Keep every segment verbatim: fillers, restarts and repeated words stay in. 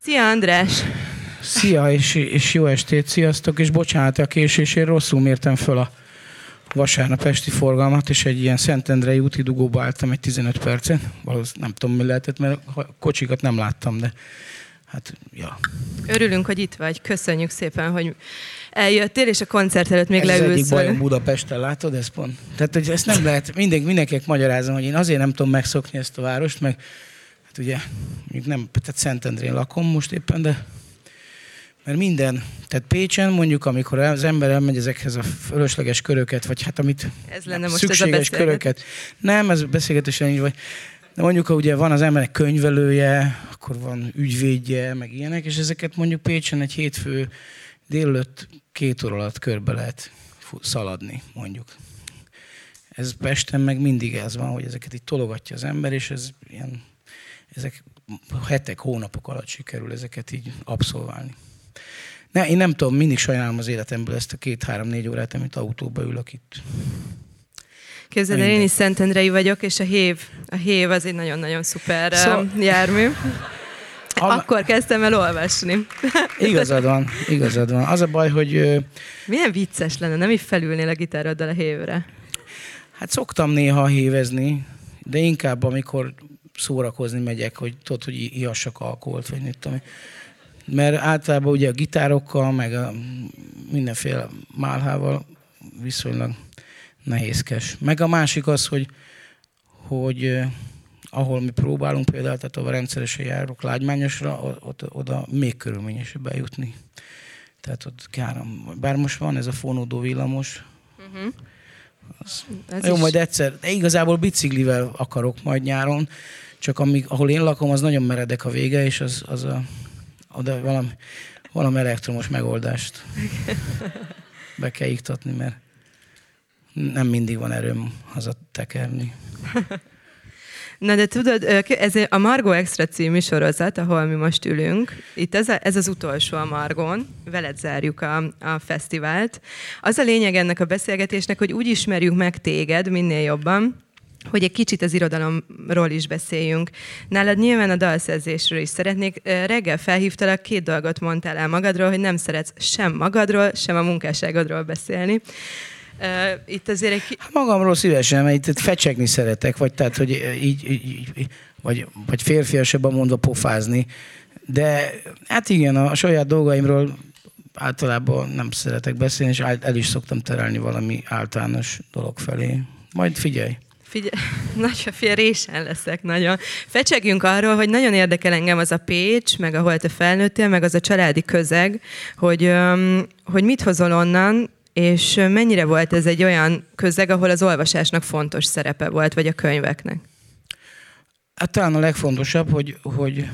Szia, András! Szia, és, és jó estét, sziasztok, és bocsánat a késésért, rosszul mértem föl a vasárnap esti forgalmat, és egy ilyen Szentendrei úti dugóba álltam egy tizenöt percet. Valószínűleg nem tudom, mi lehetett, mert kocsikat nem láttam, de hát, ja. Örülünk, hogy itt vagy. Köszönjük szépen, hogy eljöttél, és a koncert előtt még ez leülsz. Ez egyik bajom Budapesten, látod, ez pont. Tehát, hogy ezt nem lehet, minden, mindenkinek magyarázom, hogy én azért nem tudom megszokni ezt a várost, meg hát ugye, mondjuk nem, tehát Szentendrén lakom most éppen, de mert minden, tehát Pécsen mondjuk, amikor az ember elmegy ezekhez a fölösleges köröket, vagy hát amit ez lenne most szükséges ez a köröket. Nem, ez beszélgetésen így vagy. De mondjuk, ha ugye van az embernek könyvelője, akkor van ügyvédje, meg ilyenek, és ezeket mondjuk Pécsen egy hétfő délelőtt két óra alatt körbe lehet szaladni, mondjuk. Ez Pesten meg mindig ez van, hogy ezeket így tologatja az ember, és ez ilyen, ezek hetek, hónapok alatt sikerül ezeket így abszolválni. Ne, én nem tudom, mindig sajnálom az életemből ezt a két-három-négy órát, amit autóba ülök itt. Képzeld el, én is szentendrei vagyok, és a hév, a hév az egy nagyon-nagyon szuper szóval... jármű. Akkor kezdtem el olvasni. Igazad van, igazad van. Az a baj, hogy... Milyen vicces lenne, nem így felülnél a gitároddal a hévre? Hát szoktam néha hévezni, de inkább amikor szórakozni megyek, hogy tudod, hogy ihassak alkoholt, vagy mit tudom. Mert általában ugye a gitárokkal, meg a mindenféle málhával viszonylag nehézkes. Meg a másik az, hogy, hogy eh, ahol mi próbálunk például, tehát ahol rendszeresen járok Lágymányosra, ott, oda még körülményesebb eljutni. Tehát ott káram. Bár most van ez a fonódó villamos. Uh-huh. Az, jó, is... majd egyszer. De igazából biciklivel akarok majd nyáron, csak amíg, ahol én lakom, az nagyon meredek a vége, és az, az a, oda valami, valami elektromos megoldást be kell iktatni, mert nem mindig van erőm hazatekerni. Na de tudod, ez a Margó Extra című sorozat, ahol mi most ülünk, itt ez, a, ez az utolsó a Margón, veled zárjuk a, a fesztivált. Az a lényeg ennek a beszélgetésnek, hogy úgy ismerjük meg téged minél jobban, hogy egy kicsit az irodalomról is beszéljünk. Nálad nyilván a dalszerzésről is szeretnék. Reggel felhívtalak, két dolgot mondtál el magadról, hogy nem szeretsz sem magadról, sem a munkásságodról beszélni. Itt azért egy... Magamról szívesen, mert itt fecsegni szeretek, vagy tehát, hogy így, így, így vagy, vagy férfiasabban mondva pofázni. De hát igen, a saját dolgaimról általában nem szeretek beszélni, és el is szoktam terelni valami általános dolog felé. Majd figyelj! Figyelj, nagyfél résen leszek nagyon. Fecsegjünk arról, hogy nagyon érdekel engem az a Pécs, meg ahol te felnőttél, meg az a családi közeg, hogy, hogy mit hozol onnan, és mennyire volt ez egy olyan közeg, ahol az olvasásnak fontos szerepe volt, vagy a könyveknek? Hát talán a legfontosabb, hogy, hogy,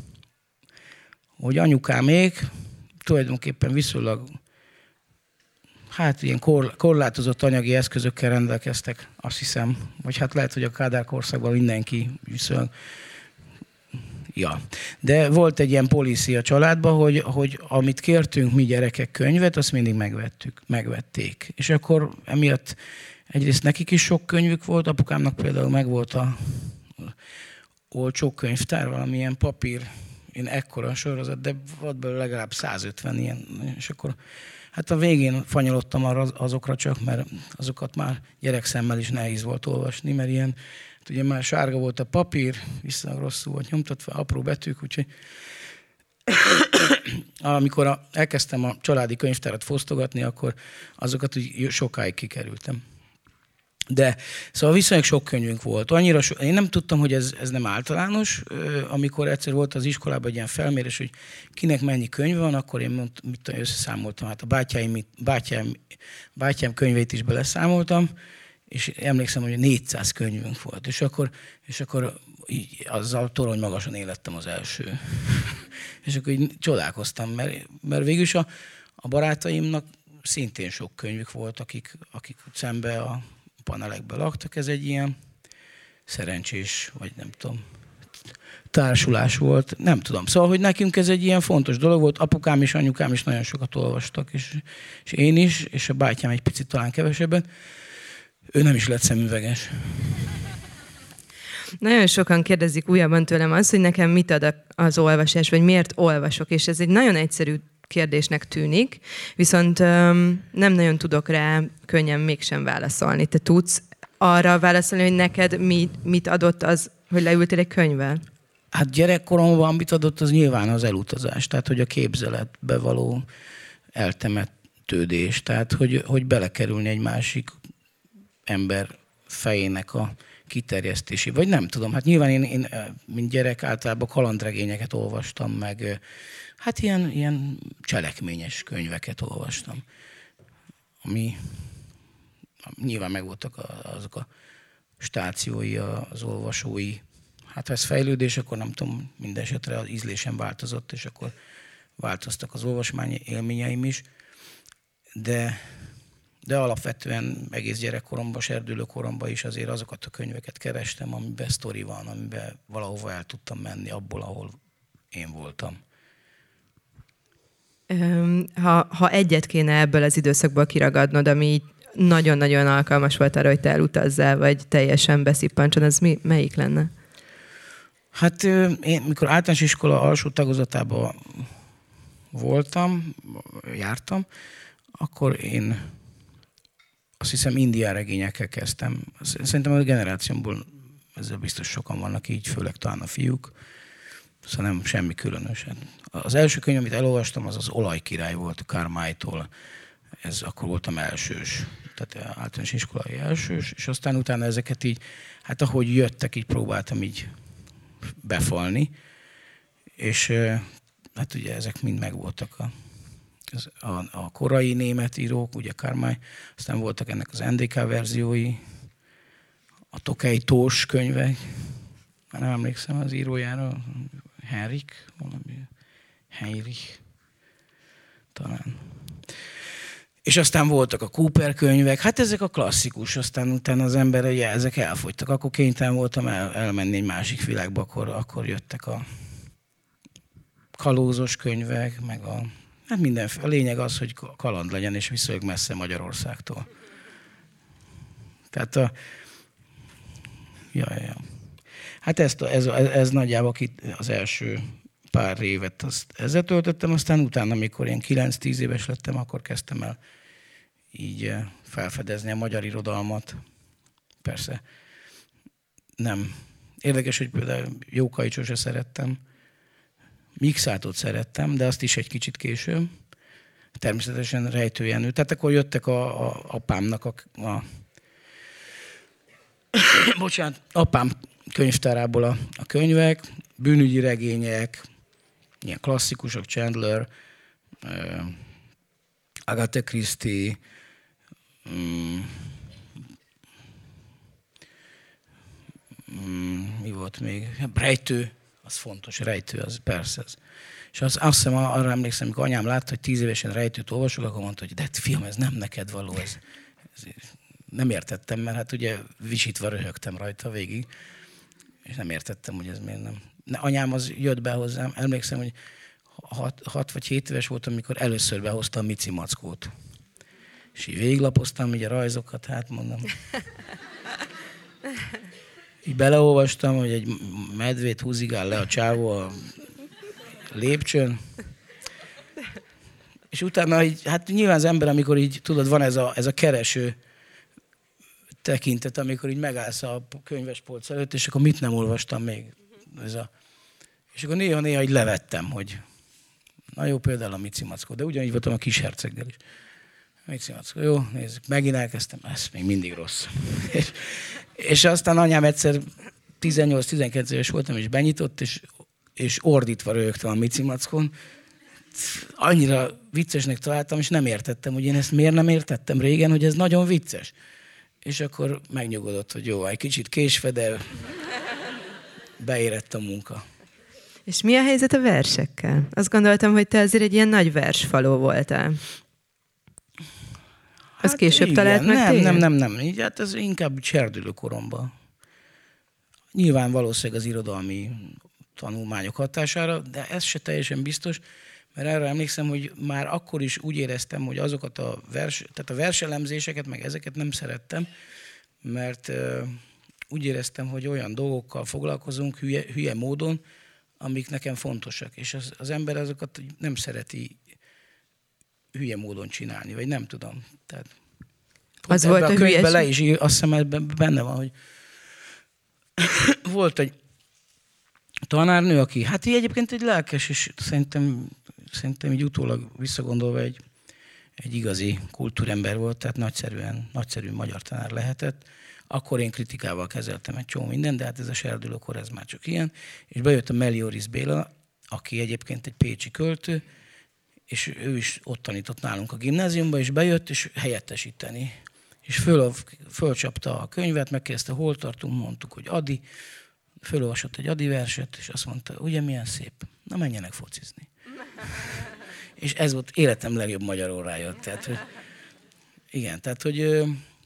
hogy anyukámék tulajdonképpen viszonylag hát ilyen kor, korlátozott anyagi eszközökkel rendelkeztek, azt hiszem. Vagy hát lehet, hogy a Kádár korszakban mindenki viszonylag. Ja. De volt egy ilyen policy a családban, hogy, hogy amit kértünk mi gyerekek könyvet, azt mindig megvettük, megvették. És akkor emiatt egyrészt nekik is sok könyvük volt, apukámnak például megvolt a olcsó könyvtár, valamilyen papír, én ekkora sorozat, de volt belőle legalább százötven ilyen. És akkor hát a végén fanyolodtam arra, azokra csak, mert azokat már gyerekszemmel is nehéz volt olvasni, mert ilyen, hát ugye már sárga volt a papír, viszonylag rosszul volt nyomtatva, apró betűk, úgyhogy amikor a, elkezdtem a családi könyvtárat fosztogatni, akkor azokat úgy sokáig kikerültem. De szóval viszonylag sok könyvünk volt. Annyira so, én nem tudtam, hogy ez, ez nem általános. Amikor egyszer volt az iskolában egy ilyen felmérés, hogy kinek mennyi könyv van, akkor én mond, mit tudom, összeszámoltam. Hát a bátyáim, bátyáim, bátyám könyveit is beleszámoltam, és emlékszem, hogy négyszáz könyvünk volt. És akkor, és akkor így, azzal torony magasan élettem az első. És akkor így csodálkoztam, mert, mert végülis a, a barátaimnak szintén sok könyvük volt, akik, akik szembe a panelekben laktak. Ez egy ilyen szerencsés, vagy nem tudom, társulás volt. Nem tudom. Szóval, hogy nekünk ez egy ilyen fontos dolog volt. Apukám és anyukám is nagyon sokat olvastak, és, és én is, és a bátyám egy picit talán kevesebben. Ő nem is lett szemüveges. Nagyon sokan kérdezik újabban tőlem azt, hogy nekem mit ad az olvasás, vagy miért olvasok, és ez egy nagyon egyszerű kérdésnek tűnik, viszont öm, nem nagyon tudok rá könnyen mégsem válaszolni. Te tudsz arra válaszolni, hogy neked mi, mit adott az, hogy leültél egy könyvvel? Hát gyerekkoromban mit adott, az nyilván az elutazás, tehát hogy a képzeletbe való eltemetődés, tehát hogy, hogy belekerülni egy másik ember fejének a kiterjesztési. Vagy nem tudom, hát nyilván én, én mint gyerek általában kalandregényeket olvastam, meg hát ilyen, ilyen cselekményes könyveket olvastam, ami nyilván megvoltak azok a stációi, az olvasói. Hát ha ez fejlődés, akkor nem tudom, minden esetre az ízlésem változott, és akkor változtak az olvasmány élményeim is. De, de alapvetően egész gyerekkoromban, serdülőkoromban is azért azokat a könyveket kerestem, amiben sztori van, amiben valahova el tudtam menni abból, ahol én voltam. Ha, ha egyet kéne ebből az időszakból kiragadnod, ami nagyon-nagyon alkalmas volt arra, hogy te elutazzál, vagy teljesen beszippancson, az mi, melyik lenne? Hát én, mikor általános iskola alsó tagozatában voltam, jártam, akkor én azt hiszem indián regényekkel kezdtem. Szerintem a generációmból ezzel biztos sokan vannak így, főleg talán a fiúk. Szóval nem semmi különösen. Az első könyv, amit elolvastam, az az Olajkirály volt, Carmyle-tól. Ez akkor voltam elsős, tehát általános iskolai elsős, és aztán utána ezeket így, hát ahogy jöttek, így próbáltam így befalni, és hát ugye ezek mind megvoltak a, a, a korai német írók, ugye Carmyle, aztán voltak ennek az en dé ká verziói, a Tokay Tós könyvek, már nem emlékszem az írójára, Henrik, valami, Heinrich, talán. És aztán voltak a Cooper könyvek, hát ezek a klasszikus, aztán utána az ember, ugye, ezek elfogytak. Akkor kénytelen voltam el, elmenni egy másik világba, akkor, akkor jöttek a kalózos könyvek, meg a... Hát mindenféle. A lényeg az, hogy kaland legyen, és viszonylag messze Magyarországtól. Tehát a... Ja, ja, ja. Hát ezt, ez, ez, ez nagyjából az első pár évet azt ezzel töltöttem, aztán utána, amikor én kilenc-tíz éves lettem, akkor kezdtem el így felfedezni a magyar irodalmat. Persze nem. Érdekes, hogy például Jókai sose szerettem, Mikszátot szerettem, de azt is egy kicsit később. Természetesen Rejtő Jenő. Tehát akkor jöttek a, a apámnak a, a bocsánat, apám könyvtárából a, a könyvek, bűnügyi regények, ilyen klasszikusok, Chandler, uh, Agatha Christie, um, um, mi volt még? Rejtő, az fontos, Rejtő, az persze. Az. És az, azt hiszem, arra emlékszem, amikor anyám látta, hogy tíz évesen Rejtőt olvasok, akkor mondta, hogy de fiam, ez nem neked való, ez, ez nem értettem, mert hát ugye visítva röhögtem rajta végig, és nem értettem, hogy ez miért nem. Anyám az jött be hozzám, emlékszem, hogy hat, hat vagy hét éves voltam, amikor először behozta a Mici Mackót. És így végiglapoztam így a rajzokat, hát mondom. Így beleolvastam, hogy egy medvét húzigál le a csávó a lépcsőn. És utána így, hát nyilván az ember, amikor így, tudod, van ez a, ez a kereső tekintet, amikor így megállsz a könyvespolc előtt, és akkor mit nem olvastam még. Ez a... És akkor néha-néha így levettem, hogy na jó, például a Mici Mackó, de ugyanígy voltam a Kisherceggel is. Mici Mackó, jó, nézzük, megint elkezdtem, ez még mindig rossz. és, és aztán anyám egyszer tizennyolc-tizenkilenc éves voltam, és benyitott, és, és ordítva röhögtem a Mici Mackón. Annyira viccesnek találtam, és nem értettem, hogy én ezt miért nem értettem régen, hogy ez nagyon vicces. És akkor megnyugodott, hogy jó, egy kicsit késve, de beérett a munka. És mi a helyzet a versekkel? Azt gondoltam, hogy te azért egy ilyen nagy versfaló voltál. Az hát később igen, talált meg nem, téged? nem, nem, nem. Így, hát ez inkább serdülő koromban. Nyilván valószínűleg az irodalmi tanulmányok hatására, de ez se teljesen biztos, mert erre emlékszem, hogy már akkor is úgy éreztem, hogy azokat a vers, tehát a verselemzéseket, meg ezeket nem szerettem, mert úgy éreztem, hogy olyan dolgokkal foglalkozunk hülye, hülye módon, amik nekem fontosak. És az, az ember azokat nem szereti hülye módon csinálni, vagy nem tudom. Tehát, az volt a, a könyvben le is, azt hiszem, ebben benne van, hogy volt egy tanárnő, aki, hát így egyébként egy lelkes, és szerintem, szerintem így utólag visszagondolva egy, egy igazi kultúrember volt, tehát nagyszerűen, nagyszerű magyar tanár lehetett. Akkor én kritikával kezeltem egy csomó mindent, de hát ez a serdülőkor ez már csak ilyen. És bejött a Melioris Béla, aki egyébként egy pécsi költő, és ő is ott tanított nálunk a gimnáziumban, és bejött, és helyettesíteni. És föl, fölcsapta a könyvet, megkérdezte, hol tartunk, mondtuk, hogy Adi. Fölolvasott egy Adi verset, és azt mondta, ugye milyen szép, na menjenek focizni. És ez volt életem legjobb magyar órája. Tehát, hogy, igen, tehát, hogy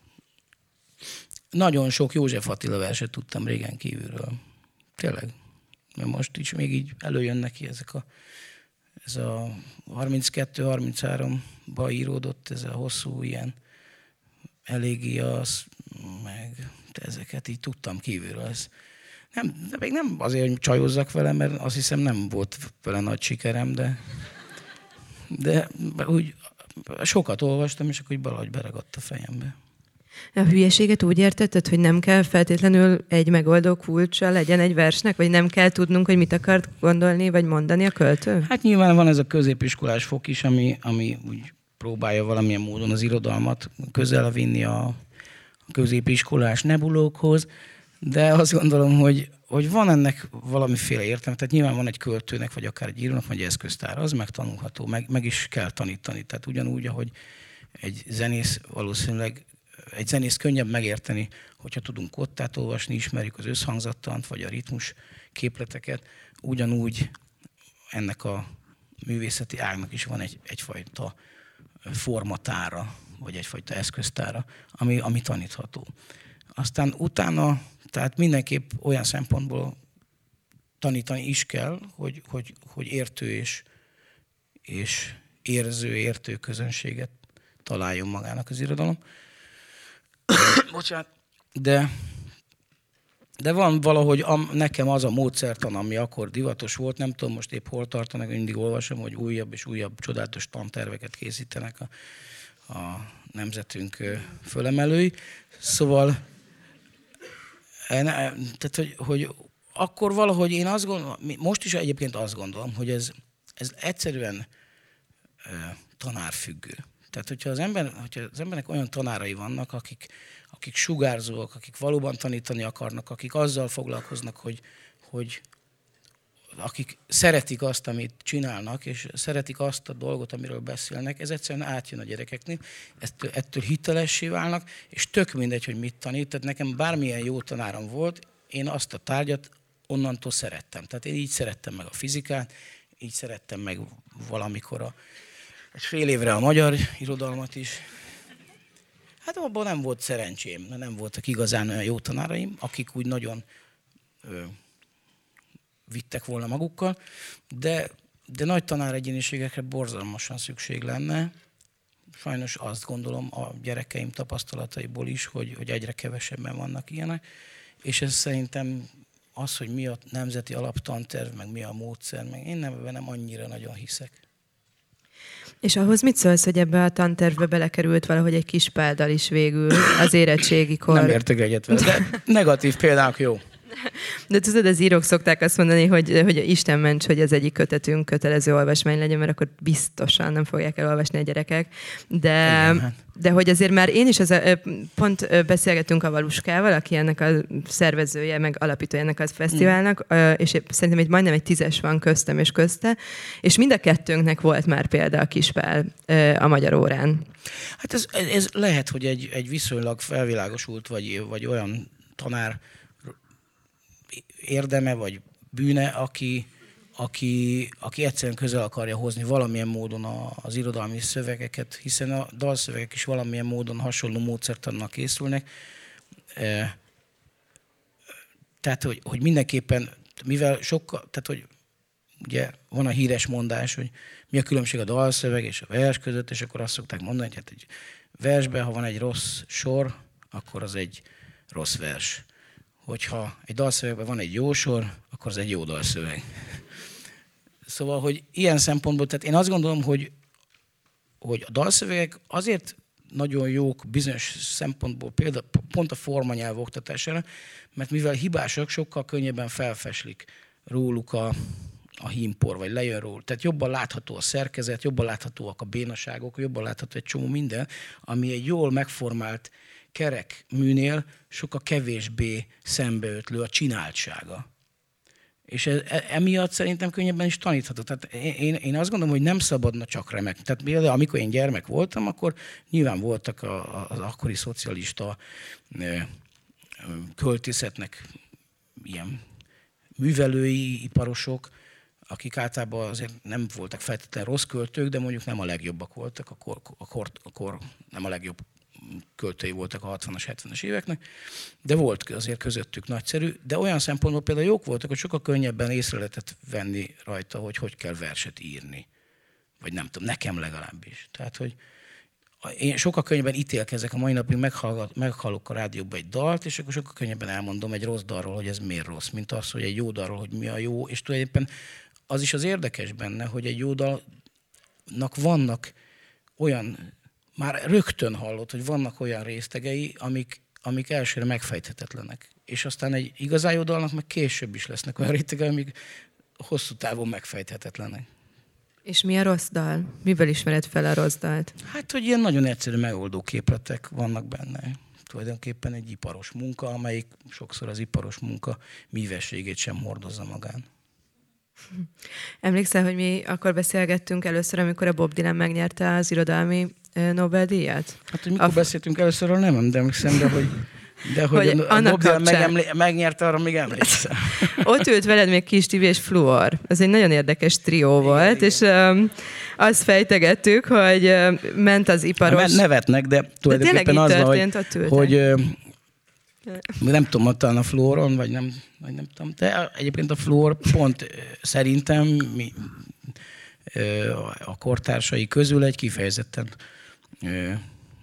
nagyon sok József Attila verset tudtam régen kívülről. Tényleg. Mert most is még így előjön neki ezek a, ez a harminckettő harminchárom-ba íródott, ez a hosszú ilyen elégiasz, meg ezeket így tudtam kívülről. Ez nem, de még nem azért, hogy csajozzak vele, mert azt hiszem nem volt vele nagy sikerem, de, de úgy sokat olvastam, és akkor úgy valahogy beragadt a fejembe. A hülyeséget úgy értetted, hogy nem kell feltétlenül egy megoldó kulcsa legyen egy versnek, vagy nem kell tudnunk, hogy mit akart gondolni, vagy mondani a költő? Hát nyilván van ez a középiskolás fok is, ami, ami úgy próbálja valamilyen módon az irodalmat közel vinni a, a középiskolás nebulókhoz, de azt gondolom, hogy, hogy van ennek valamiféle értelme. Tehát nyilván van egy költőnek, vagy akár egy írónak, vagy egy eszköztár, az megtanulható, meg, meg is kell tanítani. Tehát ugyanúgy, ahogy egy zenész valószínűleg, egy zenész könnyebb megérteni, hogyha tudunk kottát olvasni, ismerjük az összhangzattant, vagy a ritmus képleteket, ugyanúgy ennek a művészeti ágnak is van egy, egyfajta formatára, vagy egyfajta eszköztára, ami, ami tanítható. Aztán utána, tehát mindenképp olyan szempontból tanítani is kell, hogy, hogy, hogy értő és, és érző, értő közönséget találjon magának az irodalom. Bocsánat, de, de van valahogy am, nekem az a módszertan, ami akkor divatos volt, nem tudom most épp hol tartanak, mindig olvasom, hogy újabb és újabb csodálatos tanterveket készítenek a, a nemzetünk fölemelői. Szóval tehát, hogy, hogy akkor valahogy én azt gondolom, most is egyébként azt gondolom, hogy ez, ez egyszerűen e, tanárfüggő. Tehát, hogyha az, ember, hogyha az embernek olyan tanárai vannak, akik, akik sugárzóak, akik valóban tanítani akarnak, akik azzal foglalkoznak, hogy, hogy akik szeretik azt, amit csinálnak, és szeretik azt a dolgot, amiről beszélnek, ez egyszerűen átjön a gyerekeknél, ettől, ettől hitelessé válnak, és tök mindegy, hogy mit tanít. Tehát nekem bármilyen jó tanárom volt, én azt a tárgyat onnantól szerettem. Tehát én így szerettem meg a fizikát, így szerettem meg valamikor a, egy fél évre a magyar irodalmat is. Hát abban nem volt szerencsém, mert nem voltak igazán olyan jó tanáraim, akik úgy nagyon ö, vittek volna magukkal, de, de nagy tanár egyéniségekre borzalmasan szükség lenne. Sajnos azt gondolom a gyerekeim tapasztalataiból is, hogy, hogy egyre kevesebben vannak ilyenek, és ez szerintem az, hogy mi a nemzeti alaptanterv, meg mi a módszer, meg én nem, nem annyira nagyon hiszek. És ahhoz mit szólsz, hogy ebbe a tantervbe belekerült valahogy egy kis páldal is végül az érettségikor? Nem értek egyet vele, de negatív példák jó. De tudod, az írók szokták azt mondani, hogy, hogy Isten ments, hogy az egyik kötetünk kötelező olvasmány legyen, mert akkor biztosan nem fogják elolvasni a gyerekek. De, igen, de hogy azért már én is, az a, pont beszélgetünk a Valuskával, aki ennek a szervezője, meg alapítója ennek a fesztiválnak, mm. és szerintem egy, majdnem egy tízes van köztem és közte, és mind a kettőnknek volt már példa a Kispál a magyar órán. Hát ez, ez lehet, hogy egy, egy viszonylag felvilágosult, vagy, vagy olyan tanár érdeme vagy bűne, aki, aki, aki egyszerűen közel akarja hozni valamilyen módon az irodalmi szövegeket, hiszen a dalszövegek is valamilyen módon hasonló módszertannal készülnek. Tehát, hogy, hogy mindenképpen, mivel sokkal, tehát, hogy ugye van a híres mondás, hogy mi a különbség a dalszöveg és a vers között, és akkor azt szokták mondani, hogy hát egy versben, ha van egy rossz sor, akkor az egy rossz vers. hogyha egy dalszövegben van egy jó sor, akkor az egy jó dalszöveg. Szóval, hogy ilyen szempontból, tehát én azt gondolom, hogy, hogy a dalszövegek azért nagyon jók bizonyos szempontból, például pont a formanyelv oktatására, mert mivel hibásak, sokkal könnyebben felfeslik róluk a, a hímpor, vagy lejön róla. Tehát jobban látható a szerkezet, jobban láthatóak a bénaságok, jobban látható egy csomó minden, ami egy jól megformált kerek műnél sokkal kevésbé szembeötlő a csináltsága. És ez, emiatt szerintem könnyebben is tanítható. Tehát én, én azt gondolom, hogy nem szabadna csak remek. Tehát például amikor én gyermek voltam, akkor nyilván voltak a, az akkori szocialista költészetnek ilyen művelői, iparosok, akik általában azért nem voltak feltétlenül rossz költők, de mondjuk nem a legjobbak voltak, a kor, a kor, a kor nem a legjobb költői voltak a hatvanas, hetvenes éveknek, de volt azért közöttük nagyszerű, de olyan szempontból például jók voltak, hogy sokkal könnyebben észre lehetett venni rajta, hogy hogy kell verset írni. Vagy nem tudom, nekem legalábbis. Tehát, hogy én sokkal könnyebben ítélkezek, a mai napig meghallok a rádióban egy dalt, és akkor sokkal könnyebben elmondom egy rossz dalról, hogy ez miért rossz, mint az, hogy egy jó dalról, hogy mi a jó, és tulajdonképpen az is az érdekes benne, hogy egy jó dalnak vannak olyan, már rögtön hallott, hogy vannak olyan résztegei, amik, amik elsőre megfejthetetlenek. És aztán egy igazán jó dalnak meg később is lesznek olyan rétegei, amik hosszú távon megfejthetetlenek. És mi a rossz dal? Miből ismered fel a rossz dalt? Hát, hogy ilyen nagyon egyszerű megoldó képletek vannak benne. Tulajdonképpen egy iparos munka, amelyik sokszor az iparos munka mívességét sem hordozza magán. Emlékszel, hogy mi akkor beszélgettünk először, amikor a Bob Dylan megnyerte az irodalmi Nobel-díjat? Hát, hogy mikor a... beszéltünk először, nem, de emlékszem, de hogy... De hogy, hogy a Bob Dylan megemlé- megnyerte, arra még emlékszem. Ott ült veled még Kis Tibi és Fluor. Ez egy nagyon érdekes trió igen, volt, igen. És um, azt fejtegettük, hogy uh, ment az iparos... Hát nevetnek, de tulajdonképpen az, hogy, hogy uh, nem tudom, talán a Fluoron, vagy nem, vagy nem tudom, de egyébként a Fluor pont uh, szerintem mi, uh, a kortársai közül egy kifejezetten uh,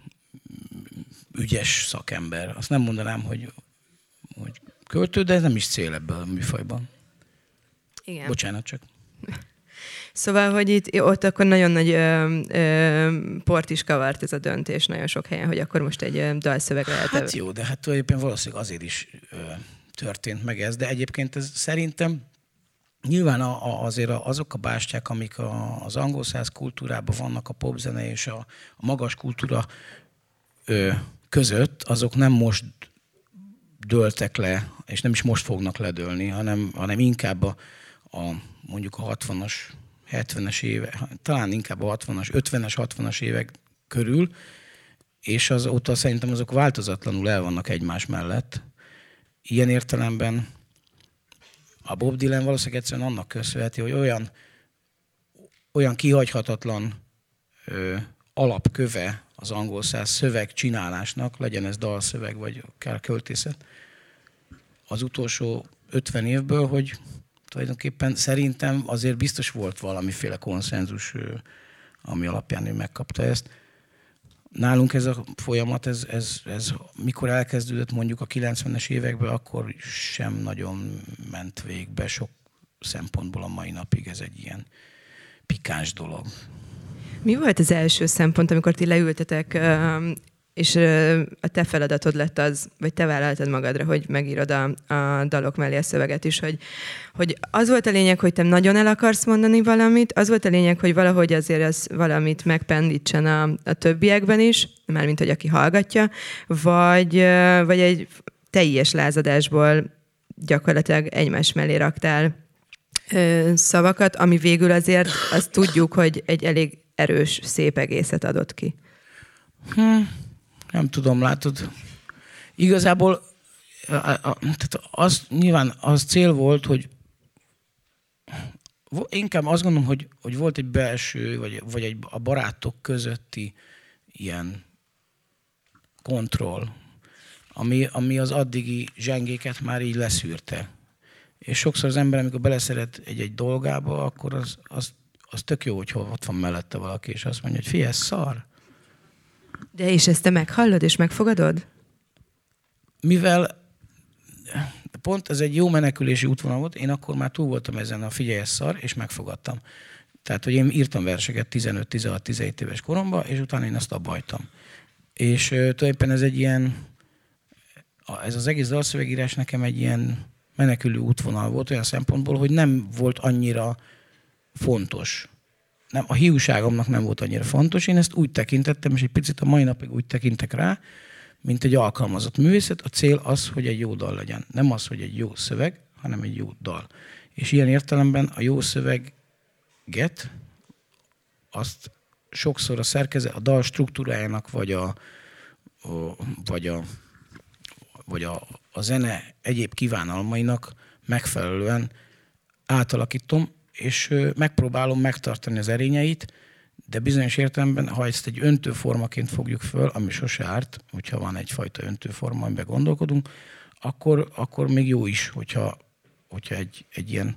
ügyes szakember. Azt nem mondanám, hogy, hogy költő, de ez nem is cél ebből a műfajban. Igen. Bocsánat csak. Szóval, hogy itt ott akkor nagyon nagy ö, ö, port is kavart ez a döntés nagyon sok helyen, hogy akkor most egy ö, dalszöveg lehet. Hát jó, de hát tulajdonképpen valószínűleg azért is ö, történt meg ez, de egyébként ez szerintem nyilván a, a, azért azok a bástyák, amik a, az angol száz kultúrában vannak, a popzene és a, a magas kultúra ö, között, azok nem most dőltek le, és nem is most fognak ledőlni, hanem, hanem inkább a, a mondjuk a hatvanas, hetvenes évek, talán inkább a hatvanas, ötvenes, hatvanas évek körül, és azóta szerintem azok változatlanul el vannak egymás mellett. Ilyen értelemben a Bob Dylan valószínűleg egyszerűen annak köszönheti, hogy olyan, olyan kihagyhatatlan ö, alapköve az angol száz szöveg csinálásnak, legyen ez dalszöveg, vagy akár költészet, az utolsó ötven évből, hogy tulajdonképpen szerintem azért biztos volt valamiféle konszenzus, ami alapján ő megkapta ezt. Nálunk ez a folyamat, ez, ez, ez mikor elkezdődött mondjuk a kilencvenes években, akkor sem nagyon ment végbe sok szempontból a mai napig. Ez egy ilyen pikáns dolog. Mi volt az első szempont, amikor ti leültetek, és a te feladatod lett az, vagy te vállaltad magadra, hogy megírod a, a dalok mellé a szöveget is, hogy, hogy az volt a lényeg, hogy te nagyon el akarsz mondani valamit, az volt a lényeg, hogy valahogy azért az valamit megpendítsen a, a többiekben is, mármint, hogy aki hallgatja, vagy, vagy egy teljes lázadásból gyakorlatilag egymás mellé raktál szavakat, ami végül azért azt tudjuk, hogy egy elég erős, szép egészet adott ki. Hmm. Nem tudom, látod. Igazából a, a, tehát az, nyilván az cél volt, hogy inkább azt gondolom, hogy, hogy volt egy belső, vagy, vagy egy, a barátok közötti ilyen kontroll, ami, ami az addigi zsengéket már így leszűrte. És sokszor az ember, amikor beleszeret egy-egy dolgába, akkor az, az, az tök jó, hogy ott van mellette valaki, és azt mondja, hogy figyelj, ez szar. De és ezt te meghallod és megfogadod? Mivel pont ez egy jó menekülési útvonal volt, én akkor már túl voltam ezen a figyelj szar, és megfogadtam. Tehát, hogy én írtam verseket tizenöt, tizenhat, tizenhét éves koromban, és utána én azt abba hagytam. És tulajdonképpen ez egy ilyen, ez az egész dalszövegírás nekem egy ilyen menekülő útvonal volt olyan szempontból, hogy nem volt annyira fontos. Nem, a hiúságomnak nem volt annyira fontos. Én ezt úgy tekintettem, és egy picit a mai napig úgy tekintek rá, mint egy alkalmazott művészet. A cél az, hogy egy jó dal legyen. Nem az, hogy egy jó szöveg, hanem egy jó dal. És ilyen értelemben a jó szöveget, azt sokszor a szerkezet, a dal struktúrájának, vagy a, a, vagy a, vagy a, a zene egyéb kívánalmainak megfelelően átalakítom, és megpróbálom megtartani az erényeit, de bizonyos értelemben, ha ezt egy öntőformaként fogjuk föl, ami sose árt, hogyha van egyfajta öntőforma, amiben gondolkodunk, akkor, akkor még jó is, hogyha, hogyha egy, egy ilyen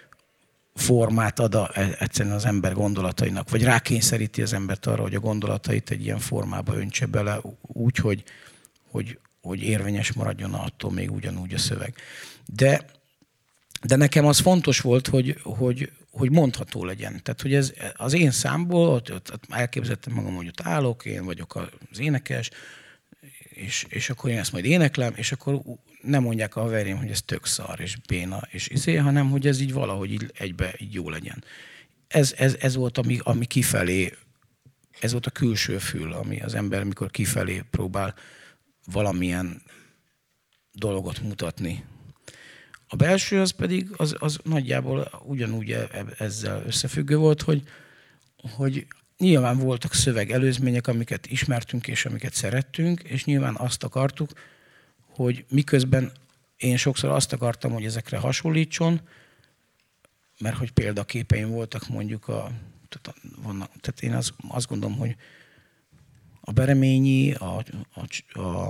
formát ad a, egyszerűen az ember gondolatainak, vagy rákényszeríti az embert arra, hogy a gondolatait egy ilyen formába öntse bele, úgy, hogy, hogy, hogy érvényes maradjon attól még ugyanúgy a szöveg. De, de nekem az fontos volt, hogy, hogy, hogy mondható legyen. Tehát, hogy ez az én számból, ott, ott elképzeltem magam, hogy ott állok, én vagyok az énekes, és, és akkor én ezt majd éneklem, és akkor nem mondják a haverjaim, hogy ez tök szar, és béna, és izé, hanem hogy ez így valahogy így egybe így jó legyen. Ez, ez, ez volt, ami, ami kifelé, ez volt a külső fül, ami az ember, mikor kifelé próbál valamilyen dolgot mutatni. A belső az pedig az, az nagyjából ugyanúgy ezzel összefüggő volt, hogy, hogy nyilván voltak szöveg előzmények, amiket ismertünk és amiket szerettünk, és nyilván azt akartuk, hogy miközben én sokszor azt akartam, hogy ezekre hasonlítson, mert hogy példaképeim voltak mondjuk a... Tehát, vannak, tehát én az, azt gondolom, hogy a Bereményi, a, a, a,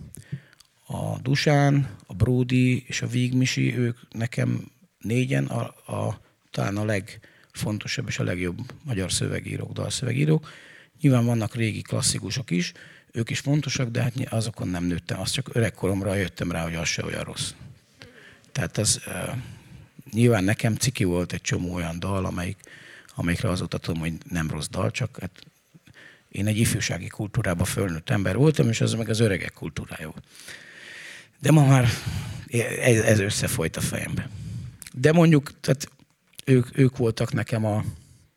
a Dusán, a Bródi és a Vígmisi, ők nekem négyen a, a, talán a legfontosabb és a legjobb magyar szövegírók, dalszövegírók. Nyilván vannak régi klasszikusok is, ők is fontosak, de hát azokon nem nőttem. Azt csak öregkoromra jöttem rá, hogy az se olyan rossz. Tehát az uh, nyilván nekem ciki volt egy csomó olyan dal, amelyik, amelyikre azóta tudom, hogy nem rossz dal, csak hát én egy ifjúsági kultúrában fölnőtt ember voltam, és az meg az öregek kultúrája volt. De ma már ez, ez összefolyt a fejembe. De mondjuk, tehát ők, ők voltak nekem a,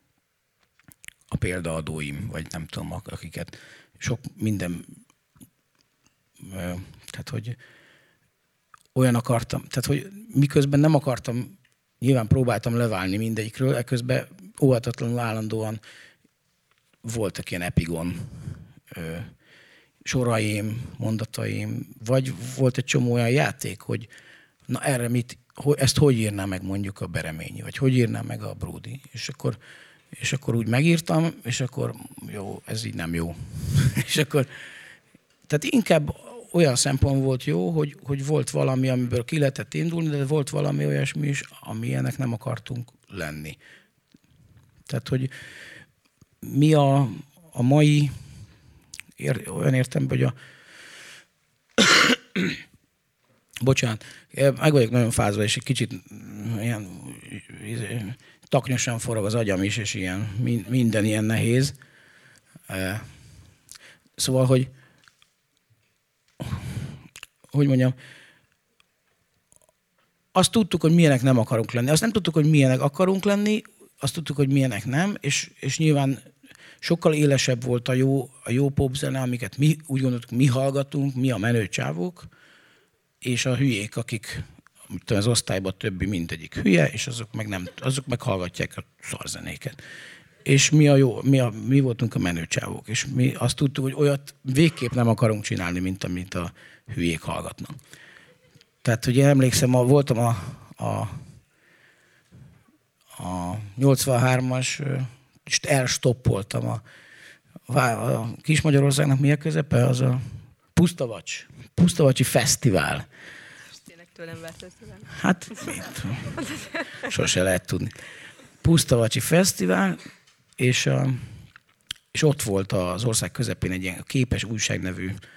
a példaadóim, vagy nem tudom, akiket sok minden, tehát hogy olyan akartam, tehát hogy miközben nem akartam, nyilván próbáltam leválni mindegyikről, eközben óhatatlanul állandóan voltak ilyen epigon soraim, mondataim, vagy volt egy csomó olyan játék, hogy na erre mit, ezt hogy írná meg mondjuk a Bereményi, vagy hogy írná meg a Bródi, és akkor És akkor úgy megírtam, és akkor jó, ez így nem jó. És akkor, tehát inkább olyan szempont volt jó, hogy, hogy volt valami, amiből ki lehetett indulni, de volt valami olyasmi is, amilyenek nem akartunk lenni. Tehát, hogy mi a, a mai, ér, olyan értem, hogy a... Bocsánat, meg vagyok nagyon fázva, és egy kicsit ilyen... taknyosan forog az agyam is, és ilyen, minden ilyen nehéz. Szóval, hogy hogy mondjam, azt tudtuk, hogy milyenek nem akarunk lenni. Azt nem tudtuk, hogy milyenek akarunk lenni, azt tudtuk, hogy milyenek nem, és, és nyilván sokkal élesebb volt a jó, a jó popzene, amiket mi úgy gondoltuk, mi hallgatunk, mi a menő csávók, és a hülyék, akik az osztályban többi mindegyik hülye, és azok meg, nem, azok meg hallgatják a szarzenéket. És mi, a jó, mi, a, mi voltunk a menőcsávók, és mi azt tudtuk, hogy olyat végképp nem akarunk csinálni, mint amit a hülyék hallgatnak. Tehát, hogy én emlékszem, a, voltam a, a, a nyolcvanhármas, és elstoppoltam a, a, a Kis-Magyarországnak mi a közepe? Az a Pusztavacs, Pusztavacsi Fesztivál. Tőlem veszed tőlem. Hát, mit? Sose lehet tudni. Pusztavacsi Fesztivál, és, a, és ott volt az ország közepén egy ilyen Képes Újság nevű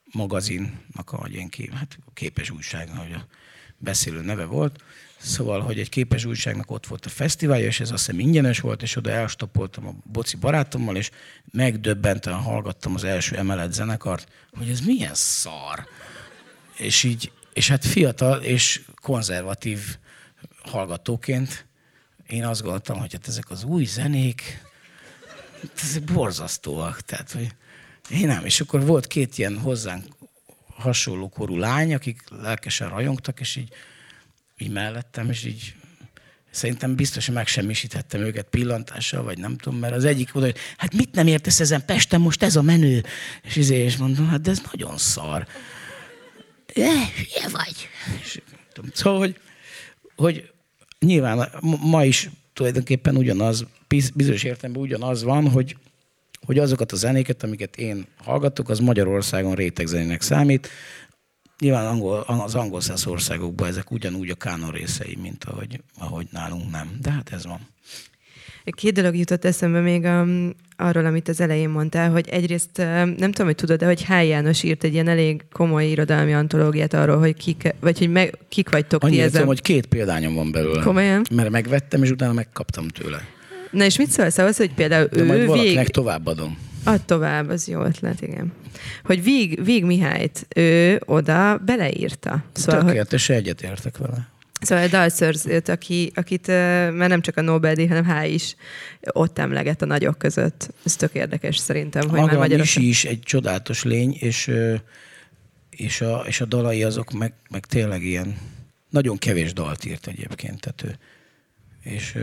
magazinnak a ilyen kép, hát képes újság, ahogy a beszélő neve volt. Szóval, hogy egy képes újságnak ott volt a fesztiválja, és ez azt hiszem ingyenes volt, és oda elstopoltam a boci barátommal, és megdöbbenten hallgattam az első emelet zenekart, hogy ez milyen szar. És így, és hát fiatal és konzervatív hallgatóként én azt gondoltam, hogy hát ezek az új zenék, ezek borzasztóak. Tehát, hogy én nem. És akkor volt két ilyen hozzánk hasonló korú lány, akik lelkesen rajongtak, és így, így mellettem, és így szerintem biztosan megsemmisíthettem őket pillantással, vagy nem tudom, mert az egyik oda, hogy hát mit nem értesz ezen Pesten, most ez a menő. És izé, és mondom, hát de ez nagyon szar. Eh, hülye vagy. És, tudom, szóval, hogy, hogy nyilván ma is tulajdonképpen ugyanaz, bizonyos értelemben ugyanaz van, hogy, hogy azokat a zenéket, amiket én hallgatok, az Magyarországon rétegzenének számít. Nyilván angol, az angol száz országokban ezek ugyanúgy a kánon részei, mint ahogy, ahogy nálunk nem. De hát ez van. Két dolog jutott eszembe még um, arról, amit az elején mondtál, hogy egyrészt nem tudom, hogy tudod, de hogy H. János írt egy ilyen elég komoly irodalmi antológiát arról, hogy kik, vagy hogy meg, kik vagytok Annyira ti ezen. tudom, hogy két példányom van belőle. Komolyan? Mert megvettem, és utána megkaptam tőle. Na és mit szólsz ahhoz, hogy például de ő... majd valakinek vég... továbbadom. Add tovább, az jó ötlet, igen. Hogy Víg, Víg Mihályt ő oda beleírta. Szóval, tökéletes, hogy... egyetértek vele. Szóval a dalszörzőt, aki, akit már nem csak a Nobel-díj, hanem H. is ott emleget a nagyok között. Ez tök érdekes szerintem, hogy maga már Magyarország... Misi is egy csodálatos lény, és, és, a, és a dalai azok meg, meg tényleg ilyen nagyon kevés dalt írt egyébként. Tehát ő, és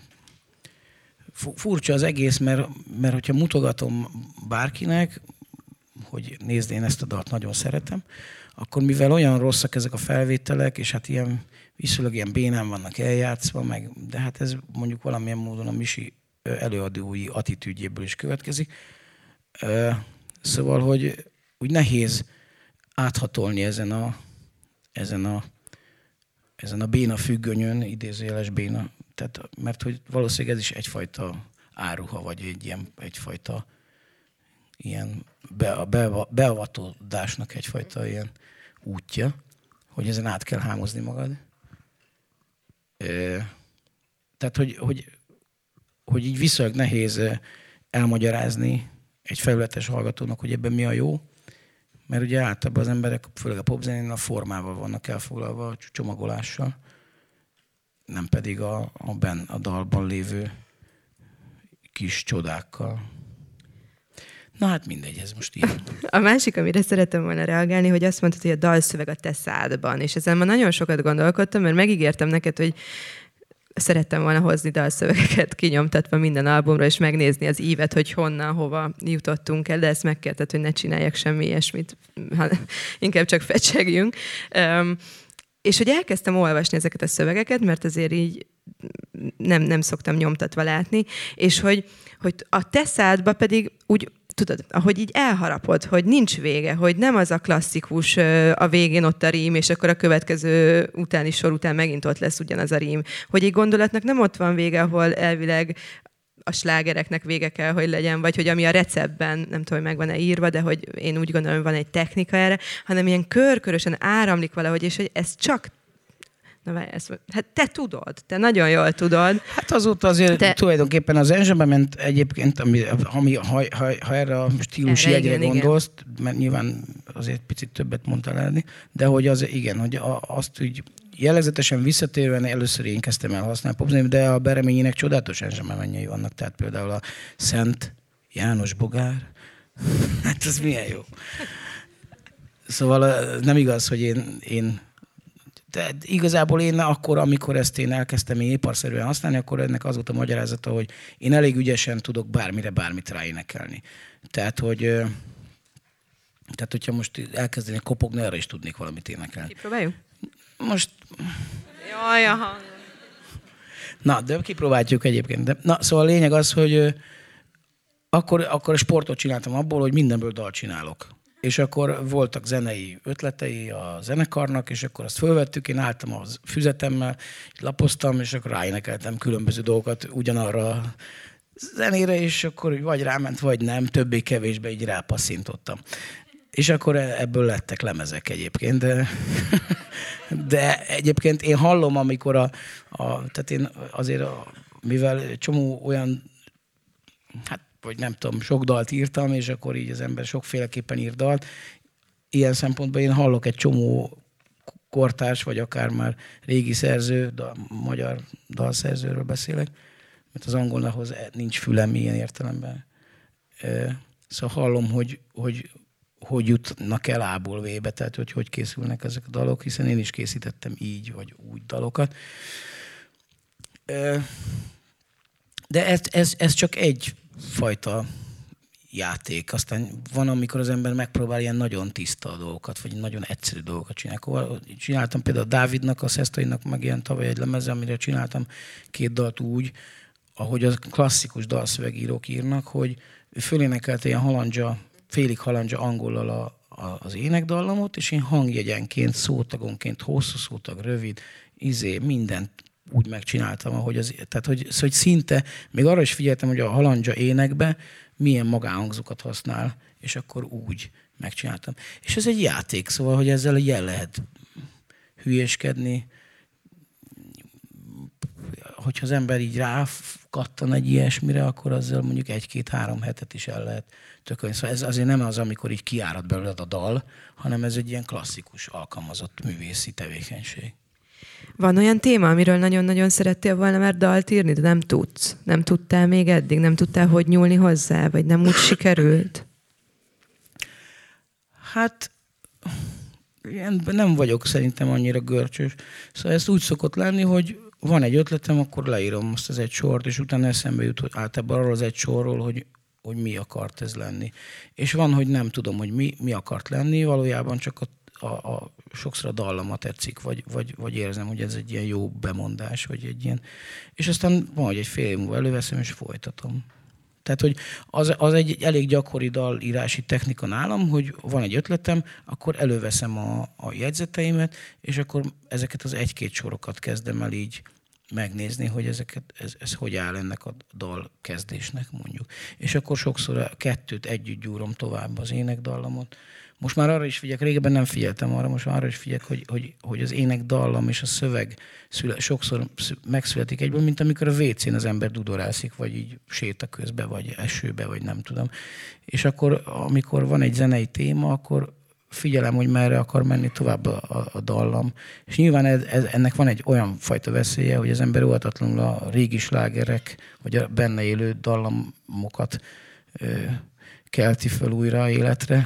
furcsa az egész, mert, mert hogyha mutogatom bárkinek, hogy nézd, én ezt a dalt nagyon szeretem, akkor mivel olyan rosszak ezek a felvételek, és hát ilyen viszonylag ilyen bénán vannak eljátszva, meg, de hát ez mondjuk valamilyen módon a Misi előadói attitűdjéből is következik. Szóval, hogy úgy nehéz áthatolni ezen a, ezen a, ezen a béna függönyön, idézőjeles béna, tehát, mert hogy valószínűleg ez is egyfajta áruha, vagy egy ilyen, egyfajta ilyen be, a be, beavatódásnak egyfajta ilyen útja, hogy ezen át kell hámozni magad. Tehát, hogy, hogy, hogy így viszonylag nehéz elmagyarázni egy felületes hallgatónak, hogy ebben mi a jó, mert ugye általában az emberek, főleg a popzenén a formával vannak elfoglalva, a csomagolással, nem pedig a, a, ben, a dalban lévő kis csodákkal. Na hát mindegy, ez most ilyen. A másik, amire szeretem volna reagálni, hogy azt mondtad, hogy a dalszöveg a te szádban, és ezen ma nagyon sokat gondolkodtam, mert megígértem neked, hogy szerettem volna hozni dalszövegeket kinyomtatva minden albumra, és megnézni az ívet, hogy honnan, hova jutottunk el, de ezt megkérted, hogy ne csináljak semmi ilyesmit, hanem inkább csak fecsegjünk. Um, és hogy elkezdtem olvasni ezeket a szövegeket, mert azért így nem, nem szoktam nyomtatva látni, és hogy, hogy a te szádba pedig úgy, tudod, ahogy így elharapod, hogy nincs vége, hogy nem az a klasszikus, a végén ott a rím, és akkor a következő utáni sor után megint ott lesz ugyanaz a rím. Hogy egy gondolatnak nem ott van vége, ahol elvileg a slágereknek vége kell, hogy legyen, vagy hogy ami a receptben, nem tudom, hogy meg van-e írva, de hogy én úgy gondolom, hogy van egy technika erre, hanem ilyen körkörösen áramlik valahogy, és hogy ez csak Na, várj, ezt, hát te tudod, te nagyon jól tudod. Hát azóta azért te... tulajdonképpen az Enzsebe ment egyébként, ami, ami, ha, ha, ha erre a stílus erre jegyre igen, gondolsz, igen. Mert nyilván azért picit többet mondtál elni, de hogy az igen, hogy a, azt úgy jellegzetesen visszatérően először én kezdtem el használni popzenét, de a Bereményének csodálatos Enzsebe mennyei vannak, tehát például a Szent János Bogár, hát ez milyen jó. Szóval nem igaz, hogy én, én de igazából én akkor, amikor ezt én elkezdtem én iparszerűen használni, akkor ennek az volt a magyarázata, hogy én elég ügyesen tudok bármire, bármit ráénekelni. Tehát, hogy tehát, hogyha most elkezdenék kopogni, arra is tudnék valamit énekelni. Kipróbáljuk? Most... Jaj, aha. Na, de kipróbáljuk egyébként. De, na, szóval a lényeg az, hogy akkor, akkor sportot csináltam abból, hogy mindenből dalt csinálok. És akkor voltak zenei ötletei a zenekarnak, és akkor azt fölvettük, én álltam a füzetemmel, lapoztam, és akkor ráénekeltem különböző dolgokat ugyanarra a zenére, és akkor vagy ráment, vagy nem, többé-kevésbé így rápasszintottam. És akkor ebből lettek lemezek egyébként, de, de egyébként én hallom, amikor a, a tehát én azért, a, mivel csomó olyan, hát vagy nem tudom, sok dalt írtam, és akkor így az ember sokféleképpen ír dalt, ilyen szempontból én hallok egy csomó kortárs, vagy akár már régi szerző, da, magyar dalszerzőről beszélek, mert az angolnahoz nincs fülem ilyen értelemben. Szóval hallom, hogy, hogy hogy jutnak el A-ból V-be, tehát hogy hogy készülnek ezek a dalok, hiszen én is készítettem így vagy úgy dalokat. De ez, ez, ez csak egyfajta játék. Aztán van, amikor az ember megpróbál ilyen nagyon tiszta dolgokat, vagy nagyon egyszerű dolgokat csinálni. Csináltam például Dávidnak, a Szesztainak megjelent tavaly egy lemeze, amire csináltam két dalt úgy, ahogy a klasszikus dalszövegírók írnak, hogy ő fölénekelte ilyen halandzsa, félig halandzsa angollal a, a, az énekdallamot, és én hangjegyenként, szótagonként, hosszú szótag, rövid, izé, mindent úgy megcsináltam, ahogy az, tehát hogy, szóval, hogy szinte, még arra is figyeltem, hogy a halandzsa énekbe milyen magánhangzókat használ, és akkor úgy megcsináltam. És ez egy játék, szóval, hogy ezzel el lehet hülyéskedni, hogyha az ember így rákattan egy ilyesmire, akkor azzal mondjuk egy-két-három hetet is el lehet tökölni. Szóval ez azért nem az, amikor így kiárad belőle a dal, hanem ez egy ilyen klasszikus, alkalmazott művészi tevékenység. Van olyan téma, amiről nagyon-nagyon szerettél volna már dalt írni, de nem tudsz? Nem tudtál még eddig? Nem tudtál hogy nyúlni hozzá? Vagy nem úgy sikerült? Hát én nem vagyok szerintem annyira görcsös. Szóval ez úgy szokott lenni, hogy van egy ötletem, akkor leírom azt az egy sort, és utána eszembe jut hogy általában arról az egy sorról, hogy, hogy mi akart ez lenni. És van, hogy nem tudom, hogy mi, mi akart lenni, valójában csak a, a, a, sokszor a dallama tetszik, vagy, vagy, vagy érzem, hogy ez egy ilyen jó bemondás, vagy egy ilyen... És aztán van, hogy egy fél év múlva előveszem, és folytatom. Tehát, hogy az, az egy elég gyakori dalírási technika nálam, hogy van egy ötletem, akkor előveszem a, a jegyzeteimet, és akkor ezeket az egy-két sorokat kezdem el így megnézni, hogy ezeket, ez, ez hogy áll ennek a dal kezdésnek mondjuk. És akkor sokszor a kettőt együtt gyúrom tovább az énekdallamot. Most már arra is figyelek, régebben nem figyeltem arra, most már arra is figyelek, hogy, hogy, hogy az énekdallam és a szöveg szüle, sokszor megszületik egyből, mint amikor a vécén az ember dudorászik, vagy így séta közbe, vagy esőbe, vagy nem tudom. És akkor, amikor van egy zenei téma, akkor figyelem, hogy merre akar menni tovább a, a, a dallam. És nyilván ez, ez, ennek van egy olyan fajta veszélye, hogy az ember óvatatlanul a régi slágerek, vagy a benne élő dallamokat ö, kelti föl újra életre.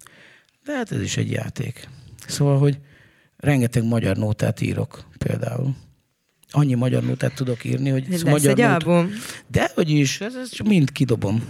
De hát ez is egy játék. Szóval, hogy rengeteg magyar nótát írok például. Annyi magyar nótát tudok írni, hogy... Lesz magyar egy nóta... album. Dehogy is, ez, ez mind kidobom.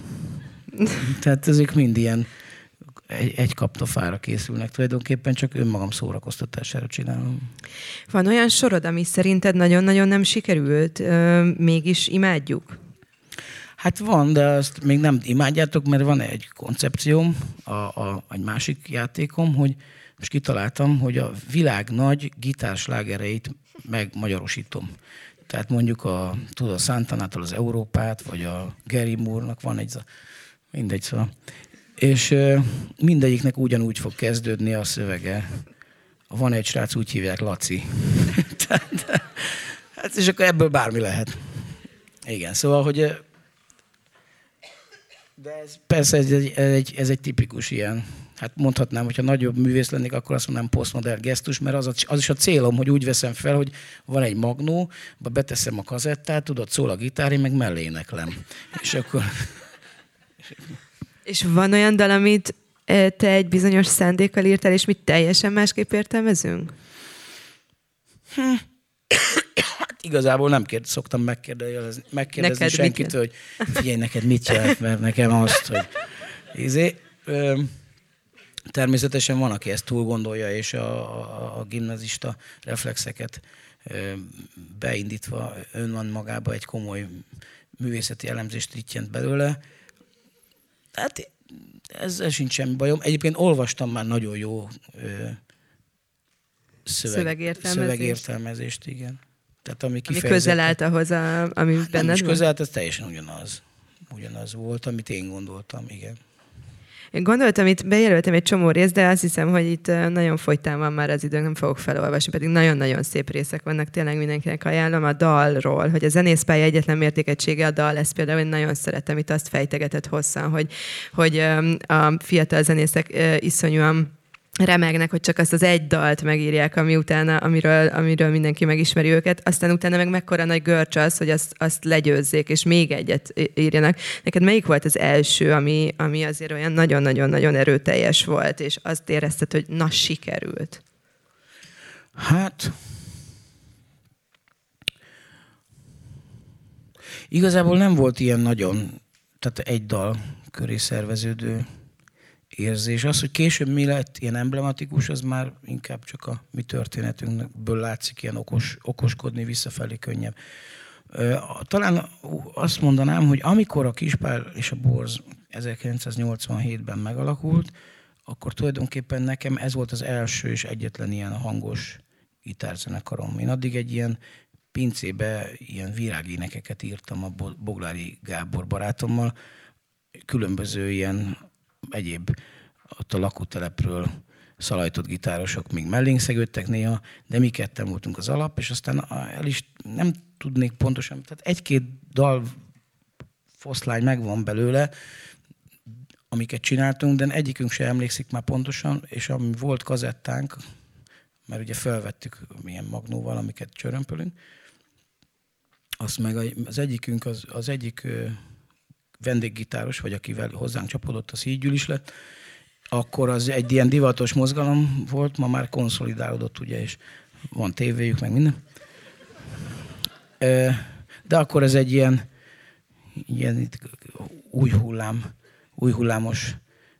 Tehát ezek mind ilyen egy, egy kaptafára készülnek. Tulajdonképpen csak önmagam szórakoztatására csinálom. Van olyan sorod, ami szerinted nagyon-nagyon nem sikerült, mégis imádjuk? Hát van, de azt még nem imádjátok, mert van egy koncepcióm, a, a, egy másik játékom, hogy most kitaláltam, hogy a világ nagy gitárslágereit megmagyarosítom. Tehát mondjuk a, tudod, a Santanától az Európát, vagy a Gary Moore-nak van egy, mindegy szóval. És mindegyiknek ugyanúgy fog kezdődni a szövege. Van egy srác, úgy hívják Laci. Tehát, hát és akkor ebből bármi lehet. Igen, szóval, hogy... De ez persze ez egy, ez, egy, ez egy tipikus ilyen, hát mondhatnám, hogyha nagyobb művész lennék, akkor azt mondanám posztmodern gesztus, mert az, a, az is a célom, hogy úgy veszem fel, hogy van egy magnó, beteszem a kazettát, tudod, szól a gitár, én meg mellé éneklem. És akkor... És van olyan dal, amit te egy bizonyos szándékkal írtál, és mit teljesen másképp értelmezünk? Hm. Hát igazából nem kérd, szoktam megkérdezni, megkérdezni neked senkitől, hogy figyelj, neked mit jelent, mert nekem azt, hogy izé, ö, természetesen van, aki ezt túl gondolja, és a, a, a gimnazista reflexeket ö, beindítva ön van magába egy komoly művészeti elemzést rittyent belőle. Hát ezzel sincs semmi bajom. Egyébként olvastam már nagyon jó ö, szöveg, szövegértelmezést. szövegértelmezést, igen. Tehát, ami, ami közel állt ahhoz, a, ami hát benned nem is van? közel állt, ez teljesen ugyanaz. Ugyanaz volt, amit én gondoltam, igen. Én gondoltam, itt bejelöltem egy csomó részt, de azt hiszem, hogy itt nagyon fogytán van már az időnk, nem fogok felolvasni, pedig nagyon-nagyon szép részek vannak, tényleg mindenkinek ajánlom a dalról, hogy a zenészpálya egyetlen mértékegysége a dal, ezt például én nagyon szeretem, itt azt fejtegetett hosszan, hogy, hogy a fiatal zenészek iszonyúan remegnek, hogy csak azt az egy dalt megírják, ami utána, amiről, amiről mindenki megismeri őket, aztán utána meg mekkora nagy görcs az, hogy azt, azt legyőzzék, és még egyet írjanak. Neked melyik volt az első, ami, ami azért olyan nagyon-nagyon-nagyon erőteljes volt, és azt érezted, hogy na, sikerült? Hát... Igazából nem volt ilyen nagyon, tehát egy dal köré szerveződő érzés. Az, hogy később mi lett ilyen emblematikus, az már inkább csak a mi történetünkből látszik ilyen okos, okoskodni, visszafelé könnyebb. Talán azt mondanám, hogy amikor a Kispál és a Borz ezerkilencszáznyolcvanhétben megalakult, akkor tulajdonképpen nekem ez volt az első és egyetlen ilyen hangos gitárzenekarom. Én addig egy ilyen pincébe ilyen virágénekeket írtam a Boglári Gábor barátommal, különböző ilyen egyéb ott a lakótelepről szalajtott gitárosok még mellénk szegődtek néha, de mi ketten voltunk az alap, és aztán el is nem tudnék pontosan, tehát egy-két dal foszlány megvan belőle, amiket csináltunk, de egyikünk se emlékszik már pontosan, és ami volt kazettánk, mert ugye felvettük milyen magnóval, amiket csörömpölünk, azt meg az egyikünk, az, az egyik vendéggitáros, vagy akivel hozzánk csapodott, az Hídgyűl is lett, akkor az egy ilyen divatos mozgalom volt, ma már konszolidálódott, ugye, és van tévéjük, meg minden. De akkor ez egy ilyen, ilyen új hullám, új hullámos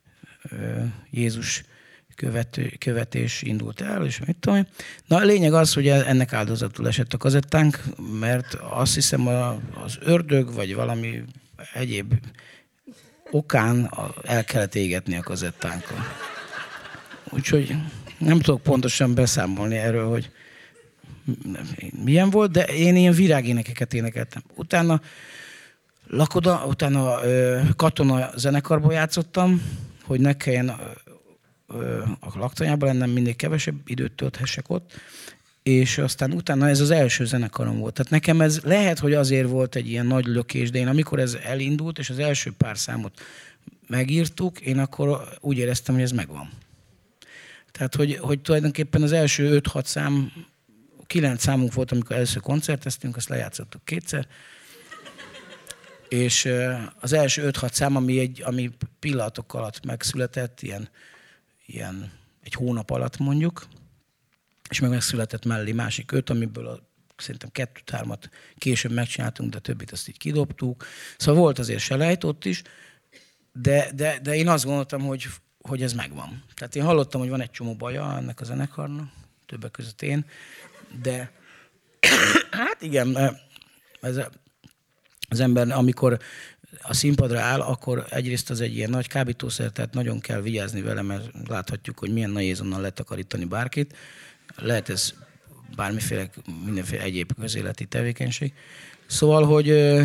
Jézus követő, követés indult el, és mit tudom én. Na, a lényeg az, hogy ennek áldozatul esett a kazettánk, mert azt hiszem az ördög, vagy valami egyéb okán el kellett égetni a kazettánkkal. Úgyhogy nem tudok pontosan beszámolni erről, hogy milyen volt, de én ilyen virágénekeket énekeltem. Utána lakoda, utána katona zenekarban játszottam, hogy ne kelljen a laktanyában lennem, mindig kevesebb időt tölthessek ott, és aztán utána ez az első zenekarom volt. Tehát nekem ez lehet, hogy azért volt egy ilyen nagy lökés, de én amikor ez elindult, és az első pár számot megírtuk, én akkor úgy éreztem, hogy ez megvan. Tehát, hogy, hogy tulajdonképpen az első öt-hat szám, kilenc számunk volt, amikor először koncerteztünk, azt lejátszottuk kétszer, és az első öt-hat szám, ami, egy, ami pillanatok alatt megszületett, ilyen, ilyen egy hónap alatt mondjuk, és meg megszületett mellé másik öt, amiből a, szerintem kettőt-hármat később megcsináltunk, de többit azt így kidobtuk. Szóval volt azért selejt ott is, de, de, de én azt gondoltam, hogy, hogy ez megvan. Tehát én hallottam, hogy van egy csomó baja ennek a zenekarnak, többek között én, de hát igen, ez a, az ember, amikor a színpadra áll, akkor egyrészt az egy ilyen nagy kábítószer, tehát nagyon kell vigyázni vele, mert láthatjuk, hogy milyen nehéz onnan letakarítani bárkit. Lehet ez bármiféle, mindenféle egyéb közéleti tevékenység. Szóval, hogy,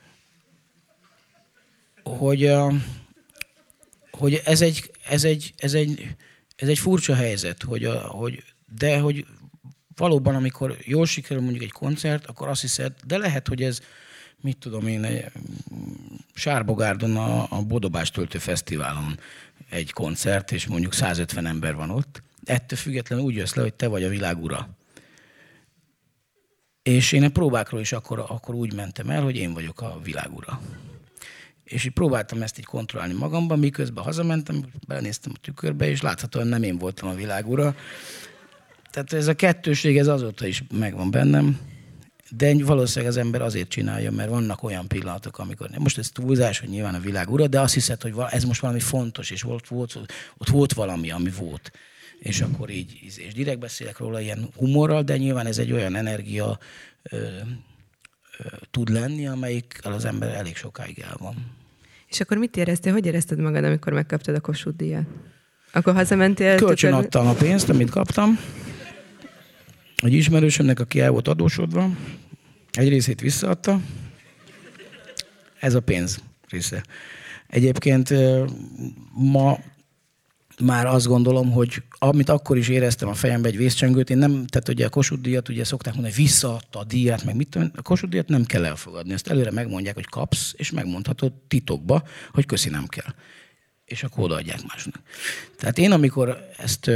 hogy, hogy ez, egy, ez, egy, ez, egy, ez egy furcsa helyzet, hogy, a, hogy, de hogy valóban, amikor jól sikerül mondjuk egy koncert, akkor azt hiszed, de lehet, hogy ez, mit tudom én, Sárbogárdon a, a Bodobás Töltő Fesztiválon egy koncert, és mondjuk százötven ember van ott. Ettől függetlenül úgy jössz le, hogy te vagy a világ ura. És én a próbákról is akkor, akkor úgy mentem el, hogy én vagyok a világ ura. És így próbáltam ezt így kontrollálni magamban, miközben hazamentem, belenéztem a tükörbe, és láthatóan nem én voltam a világ ura. Tehát ez a kettőség, ez azóta is megvan bennem. De valószínűleg az ember azért csinálja, mert vannak olyan pillanatok, amikor most ez túlzás, hogy nyilván a világ ura, de azt hiszed, hogy ez most valami fontos, és volt, volt, ott volt valami, ami volt. És akkor így, és direkt beszélek róla ilyen humorral, de nyilván ez egy olyan energia ö, ö, tud lenni, amelyikkel az ember elég sokáig el van. És akkor mit éreztél, hogy érezted magad, amikor megkaptad a Kossuth díjat? Akkor hazamentél? Kölcsön adtam a pénzt, amit kaptam. Egy ismerősömnek, aki el volt adósodva, egy részét visszaadta. Ez a pénz része. Egyébként ma már azt gondolom, hogy amit akkor is éreztem a fejembe egy vészcsengőt, én nem, tehát ugye a Kossuth díjat ugye szokták mondani, hogy visszaadta a díjat, meg mit tudom, a Kossuth díjat nem kell elfogadni. Ezt előre megmondják, hogy kapsz, és megmondhatod titokba, hogy köszi, nem kell. És akkor odaadják másnak. Tehát én, amikor ezt...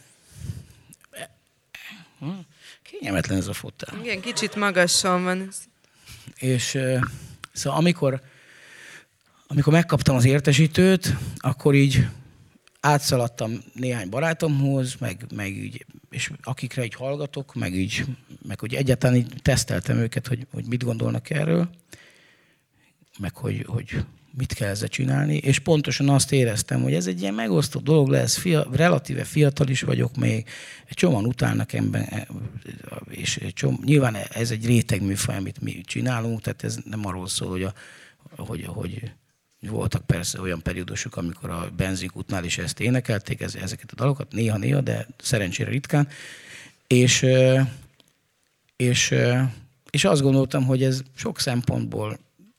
Kényelmetlen ez a fotel. Igen, kicsit magasan van. És szóval amikor, amikor megkaptam az értesítőt, akkor így átszaladtam néhány barátomhoz, meg, meg így, és akikre így hallgatok, meg így, meg hogy egyáltalán így teszteltem őket, hogy, hogy mit gondolnak erről, meg hogy, hogy mit kell ezzel csinálni, és pontosan azt éreztem, hogy ez egy ilyen megosztó dolog lesz, fia, relatíve fiatal is vagyok még, egy csomóan utálnak ember, és egy csomó, nyilván ez egy rétegműfaj, amit mi csinálunk, tehát ez nem arról szól, hogy, a, hogy, hogy voltak persze olyan periódusok, amikor a benzinkútnál is ezt énekelték, ez, ezeket a dalokat, néha-néha, de szerencsére ritkán. És, és, és azt gondoltam, hogy ez sok szempontból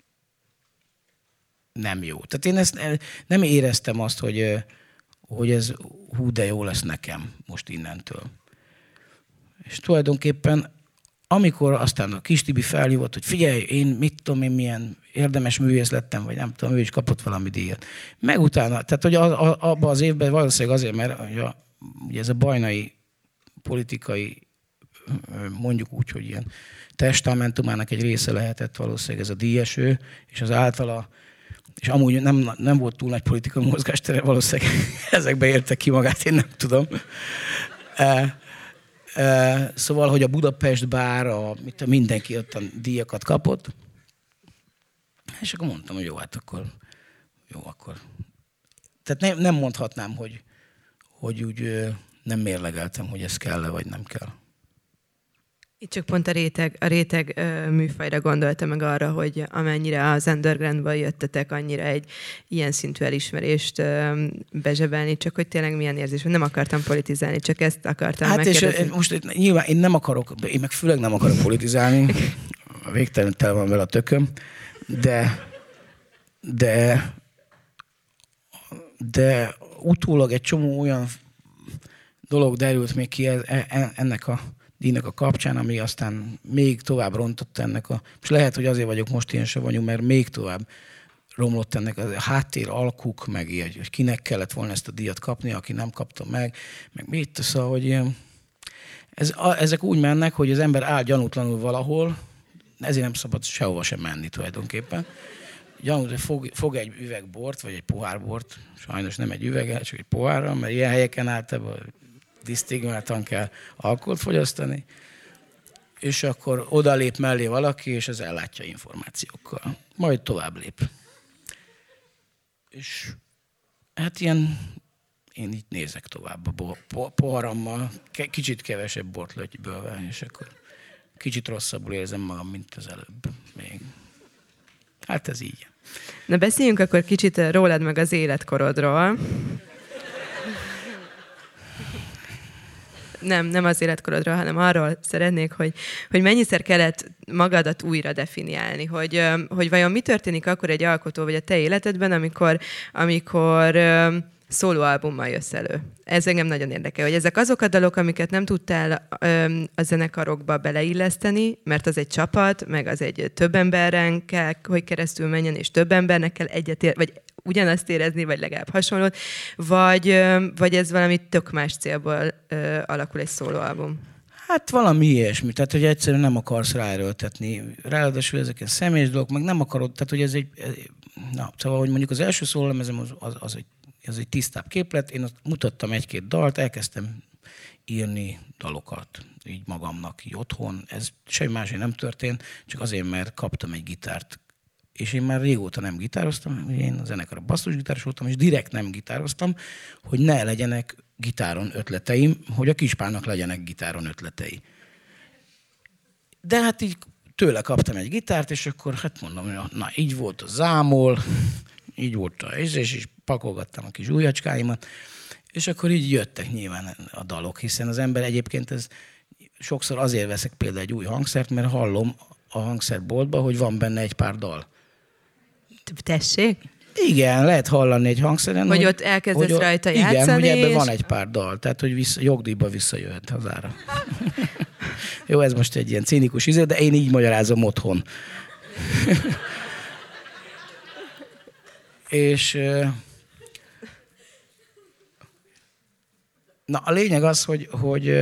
nem jó. Tehát én ezt nem éreztem azt, hogy, hogy ez hú, de jó lesz nekem most innentől. És tulajdonképpen amikor aztán a Kis Tibi felhívott, hogy figyelj, én mit tudom én milyen érdemes művész lettem, vagy nem tudom, ő is kapott valami díjat. Meg utána, tehát hogy abban az évben valószínűleg azért, mert a, ugye ez a bajnai politikai, mondjuk úgy, hogy ilyen testamentumának egy része lehetett valószínűleg ez a díjeső, és az általa, és amúgy nem, nem volt túl nagy politikai mozgástere, valószínűleg ezekbe érte ki magát, én nem tudom. Uh, szóval, hogy a Budapest bár, a, mit, mindenki ott a díjakat kapott. És akkor mondtam, hogy jó, hát akkor jó, akkor. Tehát nem, nem mondhatnám, hogy, hogy úgy uh, nem mérlegeltem, hogy ez kell-e, vagy nem kell. Itt csak pont a réteg, a réteg uh, műfajra gondoltam meg arra, hogy amennyire az undergroundba jöttetek, annyira egy ilyen szintű elismerést uh, bezsebelni, csak hogy tényleg milyen érzés. Nem akartam politizálni, csak ezt akartam hát megkérdezni. És most nyilván én nem akarok, én meg főleg nem akarok politizálni, végtelen tel van vele a tököm, de, de, de utólag egy csomó olyan dolog derült még ki ennek a díjnak a kapcsán, ami aztán még tovább rontott ennek a... És lehet, hogy azért vagyok most ilyen savanyú, mert még tovább romlott ennek a háttér alkuk, meg ilyen, hogy kinek kellett volna ezt a díjat kapni, aki nem kapta meg, meg mit, szóval, hogy ilyen... Ez, a, ezek úgy mennek, hogy az ember áll gyanútlanul valahol, ezért nem szabad sehova sem menni tulajdonképpen. Gyanútlanul fog, fog egy üveg bort, vagy egy pohár bort, sajnos nem egy üveggel, csak egy pohárral, mert ilyen helyeken általában disztigmáltan kell alkoholt fogyasztani, és akkor odalép mellé valaki, és az ellátja információkkal. Majd tovább lép. És hát ilyen, én így nézek tovább a poharammal, kicsit kevesebb bort lögybölve, és akkor kicsit rosszabbul érzem magam, mint az előbb még. Hát ez így. Na beszéljünk akkor kicsit rólad meg az életkorodról. Nem, nem az életkorodról, hanem arról szeretnék, hogy, hogy mennyiszer kellett magadat újra definiálni, hogy, hogy vajon mi történik akkor egy alkotó, vagy a te életedben, amikor, amikor szólóalbummal jössz elő. Ez engem nagyon érdekel, hogy ezek azok a dalok, amiket nem tudtál a zenekarokba beleilleszteni, mert az egy csapat, meg az egy több emberen kell, hogy keresztül menjen, és több embernek kell egyet, vagy ugyanazt érezni, vagy legalább hasonlót, vagy, vagy ez valami tök más célból ö, alakul egy szólóalbum? Hát valami ilyesmi, tehát hogy egyszerűen nem akarsz ráerőltetni. Ráadásul ezek személyes dolgok, meg nem akarod, tehát hogy ez egy, na, szóval, hogy mondjuk az első szólólemezem az, az, az, egy, az egy tisztább képlet, én ott mutattam egy-két dalt, elkezdtem írni dalokat, így magamnak, így otthon, ez semmi másért nem történt, csak azért, mert kaptam egy gitárt. És én már régóta nem gitároztam, én a zenekarban basszusgitáros voltam, és direkt nem gitároztam, hogy ne legyenek gitáron ötleteim, hogy a Kispálnak legyenek gitáron ötletei. De hát így tőle kaptam egy gitárt, és akkor hát mondom, hogy na így volt a zámol, így volt a és, és pakolgattam a kis ujjacskáimat, és akkor így jöttek nyilván a dalok, hiszen az ember egyébként ez sokszor azért veszek például egy új hangszert, mert hallom a hangszerboltban, hogy van benne egy pár dal. Tessék? Igen, lehet hallani egy hangszeren. Vagy ott elkezdesz hogy, rajta igen, játszani. Igen, hogy ebben és... van egy pár dal, tehát hogy vissza, jogdíjba visszajöhet hazára. Jó, ez most egy ilyen cínikus izé, de én így magyarázom otthon. És... Na, a lényeg az, hogy, hogy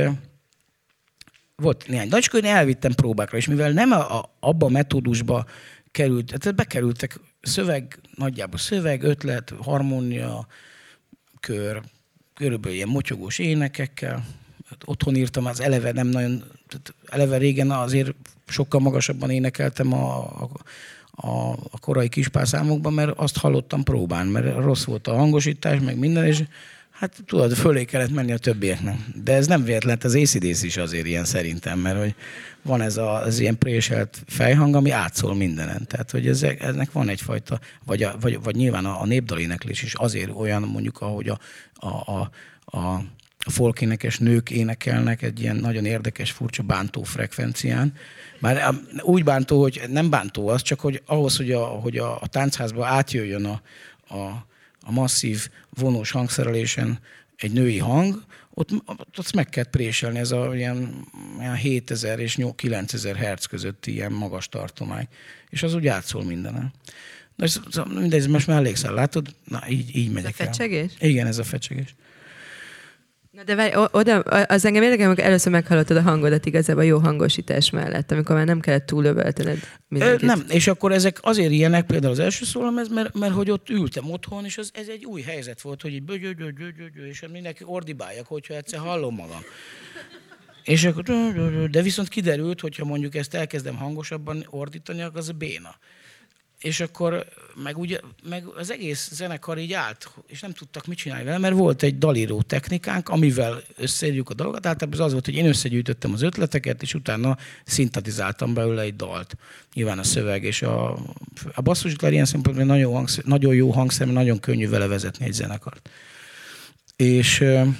volt néhány dacskő, én elvittem próbákra, és mivel nem a, a, abba a metódusba került, tehát bekerültek szöveg, nagyjából szöveg, ötlet, harmónia, kör, körülbelül ilyen motyogós énekekkel. Otthon írtam, az eleve nem nagyon, tehát eleve régen azért sokkal magasabban énekeltem a, a, a, a korai kispálszámokban, mert azt hallottam próbán, mert rossz volt a hangosítás, meg minden, és hát tudod, fölé kellett menni a többieknek. De ez nem véletlen, az á cé dé cé is azért ilyen szerintem, mert hogy van ez a, az ilyen préselt fejhang, ami átszól mindenen. Tehát, hogy ez, ennek van egyfajta, vagy, a, vagy, vagy nyilván a, a népdaléneklés is azért olyan, mondjuk, ahogy a, a, a, a a folkénekes nők énekelnek egy ilyen nagyon érdekes, furcsa bántó frekvencián. Már úgy bántó, hogy nem bántó az, csak hogy ahhoz, hogy a, hogy a, a táncházba átjöjjön a, a, a masszív vonós hangszerelésen egy női hang, ott, ott azt meg kell préselni, ez a ilyen, ilyen hétezer és kilencezer hertz közötti ilyen magas tartomány. És az úgy átszól mindenen. Na, ez, mindegy, most már elégszál, látod? Na, így, így megyek el. Ez a fecsegés? Igen, ez a fecsegés. Na de várj, oda, az engem érdekel, amikor először meghallottad a hangodat igazából a jó hangosítás mellett, amikor már nem kellett túlöveltened mindenkit. Nem, és akkor ezek azért ilyenek, például az első szólom, ez, mert, mert hogy ott ültem otthon, és az, ez egy új helyzet volt, hogy így bögyögyögyögyögyö, és mindenki ordibáljak, hogyha egyszer hallom magam. És akkor, de viszont kiderült, hogyha mondjuk ezt elkezdem hangosabban ordítani, akkor az a béna. És akkor meg, ugye, meg az egész zenekar így állt, és nem tudtak mit csinálni vele, mert volt egy dalíró technikánk, amivel összeírjuk a dalokat. Általában az volt, hogy én összegyűjtöttem az ötleteket, és utána szintetizáltam belőle egy dalt. Nyilván a szöveg és a, a basszusgitár ilyen szempontból nagyon, hangszer, nagyon jó hangszer, mert nagyon könnyű vele vezetni egy zenekart. És...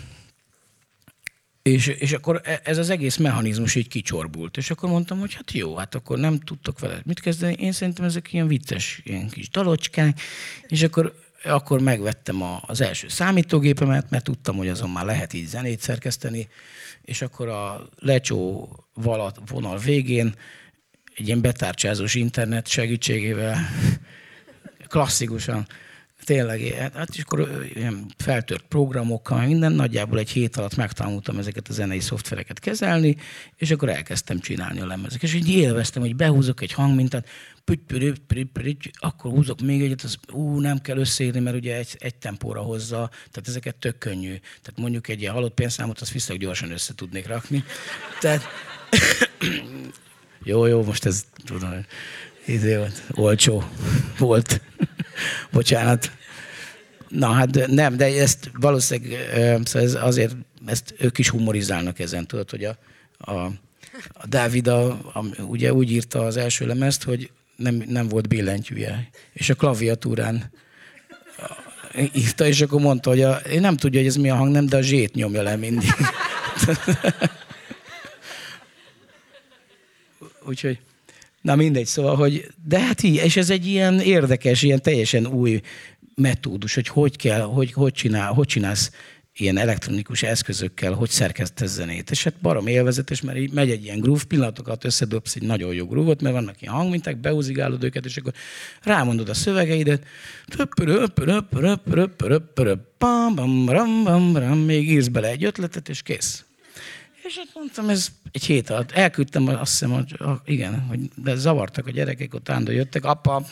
És, és akkor ez az egész mechanizmus így kicsorbult. És akkor mondtam, hogy hát jó, hát akkor nem tudtok vele mit kezdeni. Én szerintem ezek ilyen vicces, ilyen kis dalocskák. És akkor, akkor megvettem a, az első számítógépemet, mert tudtam, hogy azon már lehet így zenét szerkeszteni. És akkor a lecsó vonal végén egy ilyen betárcsázós internet segítségével klasszikusan tényleg, hát és akkor ilyen feltört programokkal, minden, nagyjából egy hét alatt megtanultam ezeket a zenei szoftvereket kezelni, és akkor elkezdtem csinálni a lemezeket. És így élveztem, hogy behúzok egy hangmintát, akkor húzok még egyet, az ú, nem kell összeírni, mert ugye egy, egy tempóra hozza, tehát ezeket tök könnyű. Tehát mondjuk egy ilyen halott pénzszámot, azt viszonylag gyorsan össze tudnék rakni. Tehát jó, jó, most ez tudom, idő volt, olcsó volt. Bocsánat. Na hát nem, de ezt valószínűleg szóval ez azért, ezt ők is humorizálnak ezen, tudod, hogy a, a, a Dávid a, a, ugye úgy írta az első lemezt, hogy nem, nem volt billentyűje, és a klaviatúrán írta, és akkor mondta, hogy a, én nem tudja, hogy ez mi a hang, nem, de a zsét nyomja le mindig. Úgyhogy na mindegy, szóval, hogy de hát így, és ez egy ilyen érdekes, ilyen teljesen új metódus, hogy hogy kell, hogy, hogy, csinál, hogy csinálsz ilyen elektronikus eszközökkel, hogy szerkesztesz zenét. És hát barom élvezetes, mert így megy egy ilyen groove, pillanatokat összedobsz egy nagyon jó groove-ot, mert vannak ilyen hangminták, beuzigálod őket, és akkor rámondod a szövegeidet, még írsz bele egy ötletet, és kész. És hát mondtam, ez egy hét alatt. Elküldtem, azt hiszem, hogy igen, hogy de zavartak a gyerekek, ott állandó jöttek, apa,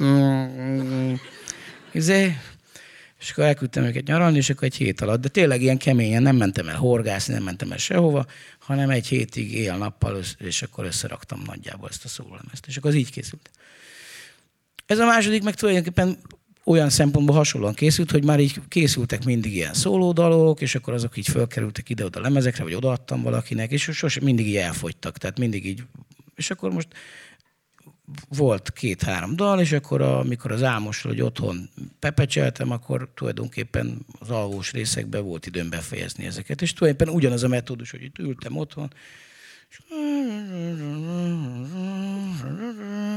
izé, és akkor elküldtem őket nyaralni, és akkor egy hét alatt. De tényleg ilyen keményen nem mentem el horgászni, nem mentem el sehova, hanem egy hétig éjjel-nappal, és akkor összeraktam nagyjából ezt a szólemezt. És akkor az így készült. Ez a második meg tulajdonképpen olyan szempontból hasonlóan készült, hogy már így készültek mindig ilyen szólódalok, és akkor azok így fölkerültek ide-oda lemezekre, vagy odaadtam valakinek, és sosem mindig így elfogytak. Tehát mindig így. És akkor most volt két-három dal, és akkor amikor az Álmosról, hogy otthon pepecseltem, akkor tulajdonképpen az alvós részekben volt időm befejezni ezeket. És tulajdonképpen ugyanaz a metódus, hogy itt ültem otthon, és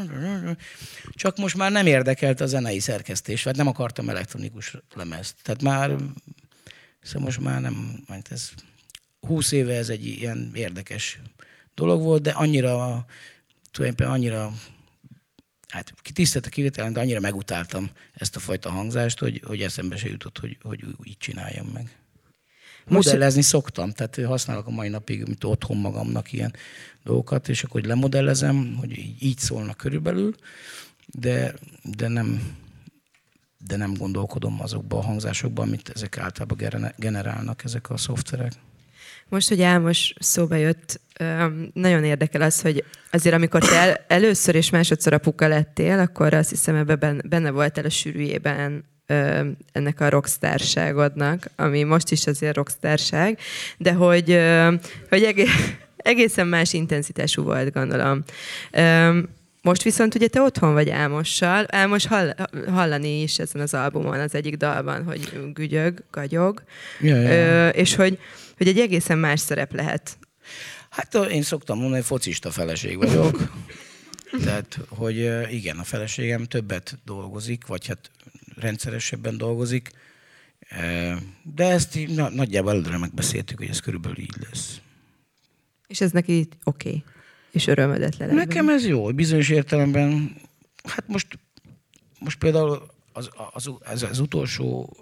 Csak most már nem érdekelt a zenei szerkesztés, vagy nem akartam elektronikus lemezt. Tehát már, szóval most már nem, ez húsz éve ez egy ilyen érdekes dolog volt, de annyira, tulajdonképpen annyira, hát tisztelt a kivételen, de annyira megutáltam ezt a fajta hangzást, hogy, hogy eszembe se jutott, hogy, hogy így csináljam meg. Modellezni szoktam, tehát használok a mai napig, mint otthon magamnak ilyen dolgokat, és akkor hogy lemodellezem, hogy így, így szólnak körülbelül, de, de, nem, de nem gondolkodom azokban a hangzásokban, amit ezek általában generálnak, ezek a szoftverek. Most, hogy Álmos szóba jött, nagyon érdekel az, hogy azért amikor te el, először és másodszor apuka lettél, akkor azt hiszem ebben benne voltál a sűrűjében ennek a rockstárságodnak, ami most is azért rockstárság, de hogy, hogy egészen más intenzitású volt, gondolom. Most viszont ugye te otthon vagy Álmossal, Álmos hall, hallani is ezen az albumon, az egyik dalban, hogy gügyög, gagyog, ja, ja. és hogy, hogy egy egészen más szerep lehet. Hát én szoktam mondani, hogy focista feleség vagyok. Tehát, hogy igen, a feleségem többet dolgozik, vagy hát rendszeresebben dolgozik, de ezt így nagyjából előre megbeszéltük, hogy ez körülbelül így lesz. És ez neki oké, okay. És örömödet le. Nekem ez jó, bizonyos értelemben, hát most, most például az, az, az, az utolsó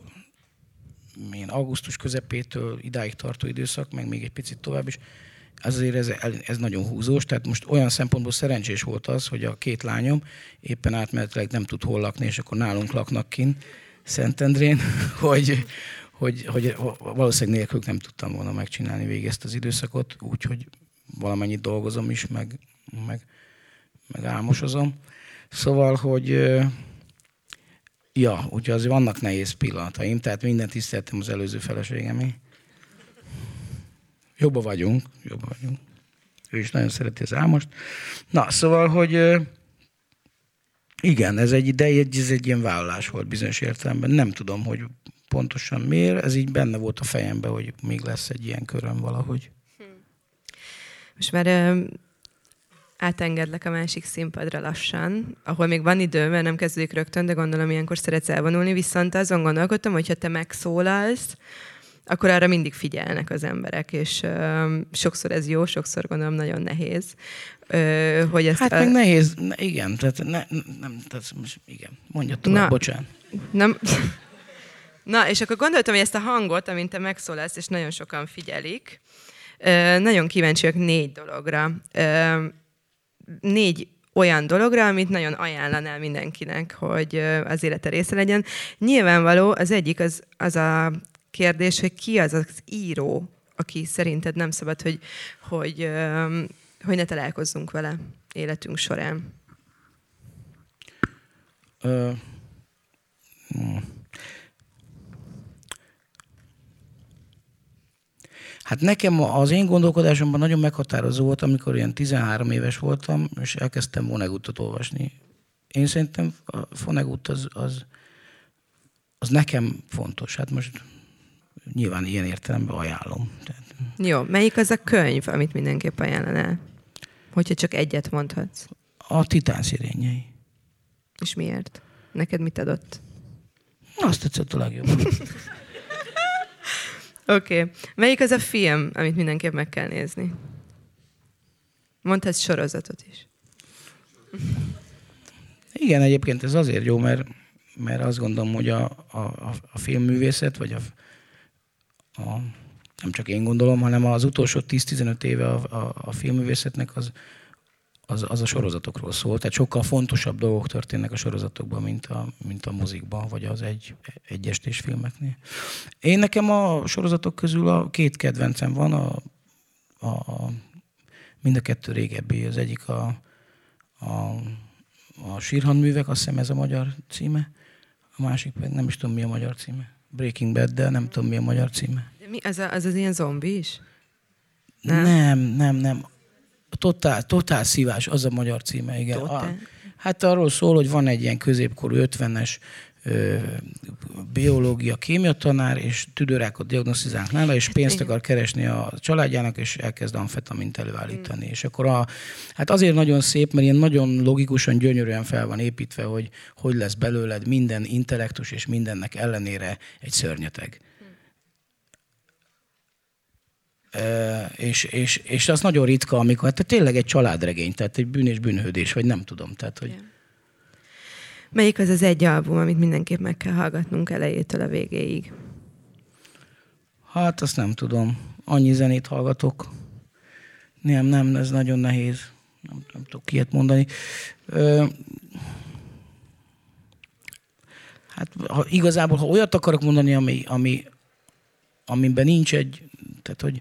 én augusztus közepétől idáig tartó időszak, meg még egy picit tovább is, azért ez, ez nagyon húzós, tehát most olyan szempontból szerencsés volt az, hogy a két lányom éppen átmenetileg nem tud hol lakni, és akkor nálunk laknak kint Szentendrén, hogy, hogy, hogy valószínűleg nélkülük nem tudtam volna megcsinálni végig ezt az időszakot, úgyhogy valamennyit dolgozom is, meg, meg, meg álmosozom. Szóval, hogy ja, úgyhogy azért vannak nehéz pillanataim, tehát mindent tiszteltem az előző feleségemé. Jobban vagyunk, jobban vagyunk. Ő is nagyon szereti az Álmost. Na, szóval, hogy igen, ez egy, de ez egy ilyen vállalás volt bizonyos értelemben. Nem tudom, hogy pontosan miért. Ez így benne volt a fejemben, hogy még lesz egy ilyen köröm valahogy. Most már ö, átengedlek a másik színpadra lassan, ahol még van idő, mert nem kezdődik rögtön, de gondolom ilyenkor szeretsz elvonulni, viszont azon gondolkodtam, hogyha te megszólalsz, akkor arra mindig figyelnek az emberek, és ö, sokszor ez jó, sokszor gondolom nagyon nehéz. Ö, hogy ezt hát a... meg nehéz, ne, igen, tehát, ne, nem, tehát igen, mondja tovább, bocsánat. Nem. Na, és akkor gondoltam, hogy ezt a hangot, amint te megszólalsz, és nagyon sokan figyelik, ö, nagyon kíváncsiak négy dologra. Ö, négy olyan dologra, amit nagyon ajánlanál mindenkinek, hogy az élete része legyen. Nyilvánvaló, az egyik az, az a kérdés, hogy ki az az író, aki szerinted nem szabad, hogy, hogy, hogy ne találkozzunk vele életünk során. Ö, hát nekem az én gondolkodásomban nagyon meghatározó volt, amikor ilyen tizenhárom éves voltam, és elkezdtem Vonegutot olvasni. Én szerintem a Vonnegut az, az, az nekem fontos. Hát most nyilván ilyen értelemben ajánlom. Tehát... Jó, melyik az a könyv, amit mindenképp ajánlanál? Hogyha csak egyet mondhatsz. A Titán szirényei. És miért? Neked mit adott? Azt tetszett a legjobban. Oké. Okay. Melyik az a film, amit mindenképp meg kell nézni? Mondhatsz sorozatot is. Igen, egyébként ez azért jó, mert, mert azt gondolom, hogy a, a, a filmművészet, vagy a, a, nem csak én gondolom, hanem az utolsó tíz-tizenöt éve a, a, a filmművészetnek az, az, az a sorozatokról szól. Tehát sokkal fontosabb dolgok történnek a sorozatokban, mint a, mint a mozikban, vagy az egy, egyestés filmeknél. Én nekem a sorozatok közül a két kedvencem van, a, a, a, mind a kettő régebbi. Az egyik a, a, a Sírhandművek, azt hiszem ez a magyar címe, a másik pedig nem is tudom, mi a magyar címe. Breaking Bad, de nem tudom, mi a magyar címe. De mi, az, a, az az ilyen zombi is? Nem, nem, nem. nem. Totál, totál szívás, az a magyar címe, igen. A, hát arról szól, hogy van egy ilyen középkorú ötvenes biológia, kémia tanár, és tüdőrákot diagnosztizálnak nála, és pénzt akar keresni a családjának, és elkezd amfetamint előállítani. Mm. És akkor a, hát azért nagyon szép, mert ilyen nagyon logikusan, gyönyörűen fel van építve, hogy hogy lesz belőled minden intellektus, és mindennek ellenére egy szörnyeteg. Uh, és, és, és az nagyon ritka, amikor hát tényleg egy családregény, tehát egy bűn és bűnhődés, vagy nem tudom. Tehát, hogy... Yeah. Melyik az az egy album, amit mindenképp meg kell hallgatnunk elejétől a végéig? Hát azt nem tudom. Annyi zenét hallgatok. Nem, nem, ez nagyon nehéz. Nem, nem tudok ilyet mondani. Uh, hát ha, igazából, ha olyat akarok mondani, ami, ami, amiben nincs egy, tehát hogy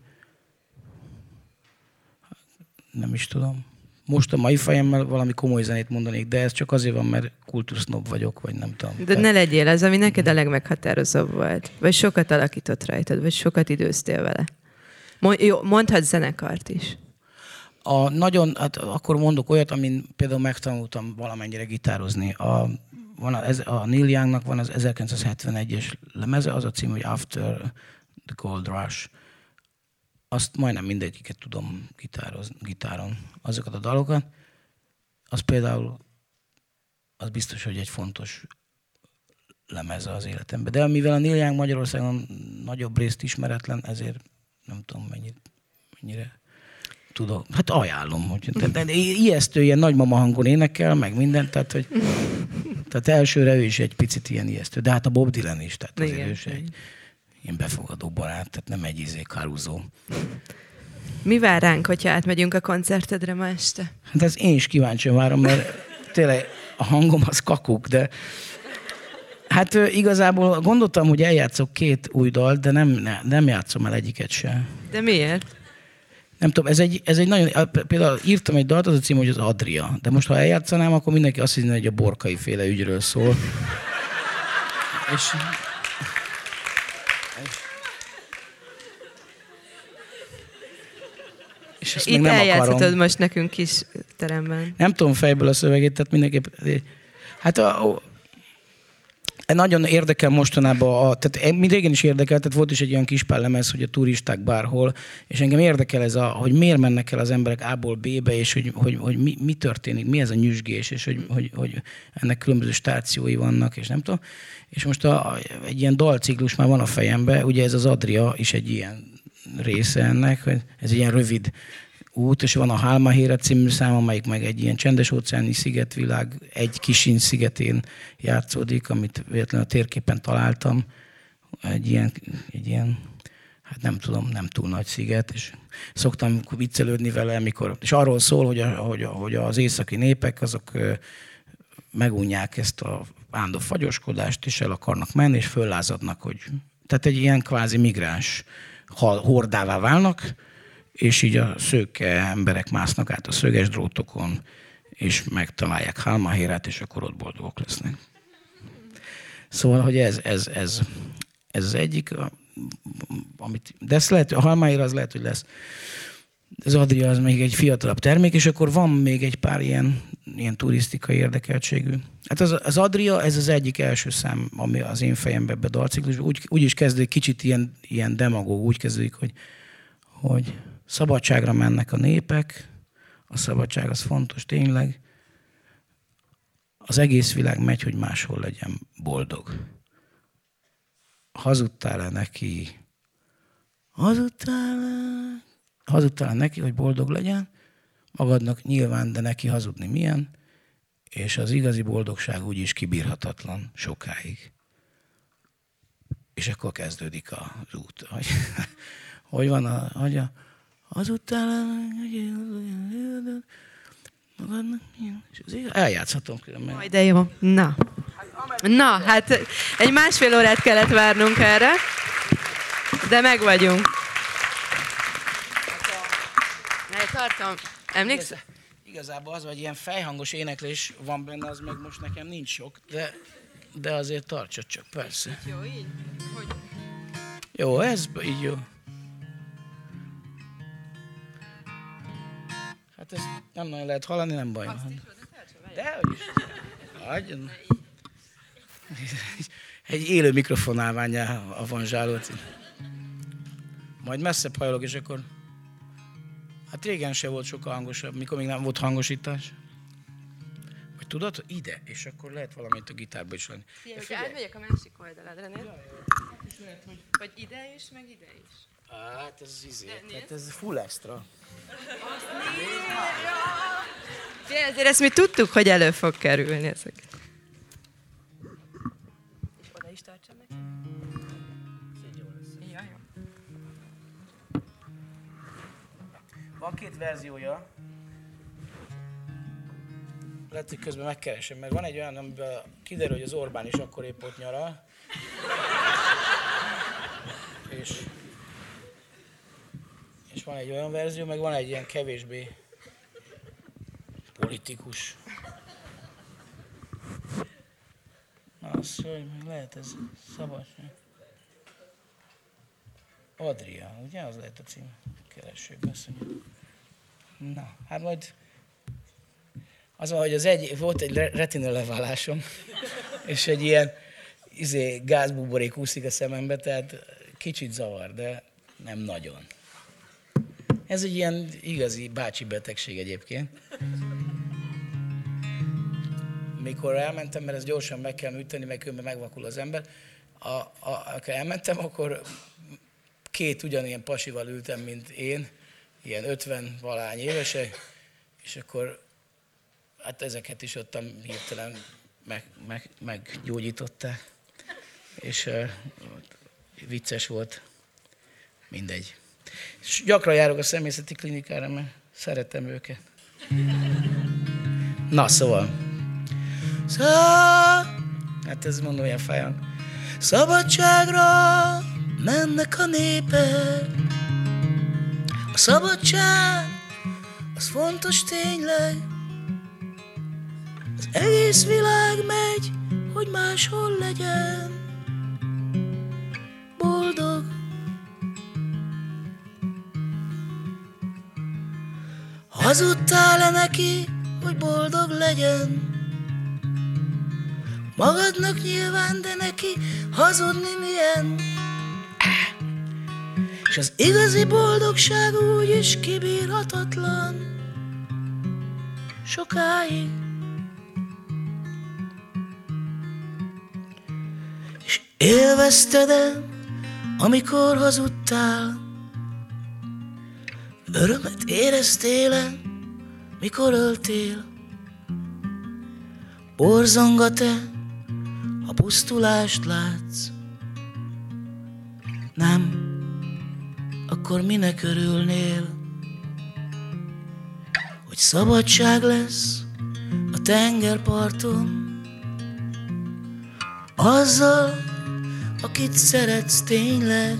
nem is tudom. Most a mai fejemmel valami komoly zenét mondanék, de ez csak azért van, mert kultúrsznob vagyok, vagy nem tudom. De ne legyél az, ami neked a legmeghatározóbb volt. Vagy sokat alakított rajtad, vagy sokat időztél vele. Mond, jó, mondhatsz zenekart is. A nagyon, hát akkor mondok olyat, amin például megtanultam valamennyire gitározni. A, van a, ez, a Neil Youngnak van az ezerkilencszázhetvenegyes lemeze, az a cím, hogy After the Gold Rush. Azt majdnem mindegyiket tudom gitározni, gitáron, azokat a dalokat. Az például, az biztos, hogy egy fontos lemeze az életemben. De mivel a Neil Young Magyarországon nagyobb részt ismeretlen, ezért nem tudom, mennyit, mennyire tudok. Hát ajánlom, hogy de, de ijesztő, ilyen nagymama hangon énekel, meg mindent, tehát, hogy tehát elsőre ő is egy picit ilyen ijesztő. De hát a Bob Dylan is, tehát azért ő is egy ilyen befogadó barát, tehát nem egy izé kárúzó. Mi vár ránk, hogyha átmegyünk a koncertedre ma este? Hát ezt én is kíváncsian várom, mert tényleg a hangom az kakuk, de hát igazából gondoltam, hogy eljátszok két új dalt, de nem, ne, nem játszom el egyiket se. De miért? Nem tudom, ez egy, ez egy nagyon... Például írtam egy dalt, az a cím, hogy az Adria. De most, ha eljátszanám, akkor mindenki azt hinné, hogy a Borkai féle ügyről szól. És... És ezt itt nem eljátszhatod akarom. Most nekünk kis teremben. Nem tudom fejből a szövegét, tehát mindenképp... Hát a, a, nagyon érdekel mostanában, a, tehát mi régen is érdekel, tehát volt is egy olyan kis lemez, hogy a turisták bárhol, és engem érdekel ez a, hogy miért mennek el az emberek A-ból B-be, és hogy, hogy, hogy mi, mi történik, mi ez a nyüzsgés, és hogy, hogy, hogy ennek különböző stációi vannak, és nem tudom. És most a, a, egy ilyen dalciklus már van a fejemben, ugye ez az Adria is egy ilyen része ennek, hogy ez egy ilyen rövid út, és van a Halmahera című szám, amelyik meg egy ilyen csendes óceáni szigetvilág, egy Kisin szigetén játszódik, amit véletlenül a térképen találtam. Egy ilyen, egy ilyen, hát nem tudom, nem túl nagy sziget, és szoktam viccelődni vele, amikor, és arról szól, hogy, a, hogy, a, hogy az északi népek, azok megunják ezt a vándor fagyoskodást, és el akarnak menni, és föllázadnak, hogy... Tehát egy ilyen kvázi migráns hordává válnak, és így a szőke emberek másznak át a szöges drótokon, és megtalálják Halmaherát, és akkor ott boldogok lesznek. Szóval, hogy ez, ez, ez, ez az egyik, amit, de ez lehet, a Halmahera az lehet, hogy lesz. Az Adria az még egy fiatalabb termék, és akkor van még egy pár ilyen, ilyen turisztikai érdekeltségű. Hát az, az Adria, ez az egyik első szám, ami az én fejembe ebbe a dalciklusban. Úgy, úgy is kezdődik, kicsit ilyen, ilyen demagóg, úgy kezdődik, hogy, hogy szabadságra mennek a népek, a szabadság az fontos tényleg. Az egész világ megy, hogy máshol legyen boldog. Hazudtál-e neki? Hazudtál-e? Hazudtál neki, hogy boldog legyen, magadnak nyilván, de neki hazudni milyen, és az igazi boldogság úgyis kibírhatatlan sokáig. És akkor kezdődik az út. Hogy, hogy van a... Hogy a hazudtál magadnak milyen, és az eljátszhatom különben. Majd de jó. Na. Na, hát egy másfél órát kellett várnunk erre, de meg vagyunk. Tartom. Emlékszel? Igazából az, hogy ilyen fejhangos éneklés van benne, az meg most nekem nincs sok, de, de azért tartsa csak, persze. Jó, így? Hogy? Jó, ez így jó. Hát ezt nem nagyon lehet hallani, nem baj. De, hogy is. Hagyjon. Egy élő mikrofonálványá avanzsálódsz. Majd messzebb hajolok, és akkor... Hát régen se volt sokkal hangosabb, mikor még nem volt hangosítás. Vagy tudod, ide, és akkor lehet valamit a gitárba is lenni. Figyelj, hogy átmegyek a másik oldaladra, nem? Vagy ide is, meg ide is. Hát ez izé, tehát ez full extra. Figyelj, ezért ezt mi tudtuk, hogy elő fog kerülni ezek. És oda is tartsam neki? Ja, jó. Van két verziója. Lehet, hogy közben megkeresem, mert van egy olyan, amiben kiderül, hogy az Orbán is akkor épp ott nyaral. És, és van egy olyan verzió, meg van egy ilyen kevésbé politikus. Na, az, hogy lehet ez szabad. Adria, ugye? Az lehet a cím. Keresőbe szonyog. Na, hát majd... Az van, hogy az egy, volt egy retina leválásom, és egy ilyen izé, gázbuborék úszik a szemembe, tehát kicsit zavar, de nem nagyon. Ez egy ilyen igazi bácsi betegség egyébként. Mikor elmentem, mert ezt gyorsan meg kell műteni, meg különben megvakul az ember, a, a, amikor elmentem, akkor két ugyanilyen pasival ültem, mint én, ilyen ötven valány évesek, és akkor hát ezeket is ottan hirtelen meg, meg, meggyógyították. És uh, vicces volt. Mindegy. És gyakran járok a személyzeti klinikára, mert szeretem őket. Na, szóval. Szá... Hát ez mondom ilyen fájan. Szabadságra mennek a népek. A szabadság, az fontos tényleg. Az egész világ megy, hogy máshol legyen boldog. Hazudtál-e neki, hogy boldog legyen? Magadnak nyilván, de neki hazudni milyen? És az igazi boldogság úgyis kibírhatatlan sokáig. És élvezted-e, amikor hazudtál? Örömet éreztél-e, mikor öltél? Borzongat-e, ha pusztulást látsz? Nem, akkor minek örülnél? Hogy szabadság lesz a tengerparton, azzal, akit szeretsz tényleg.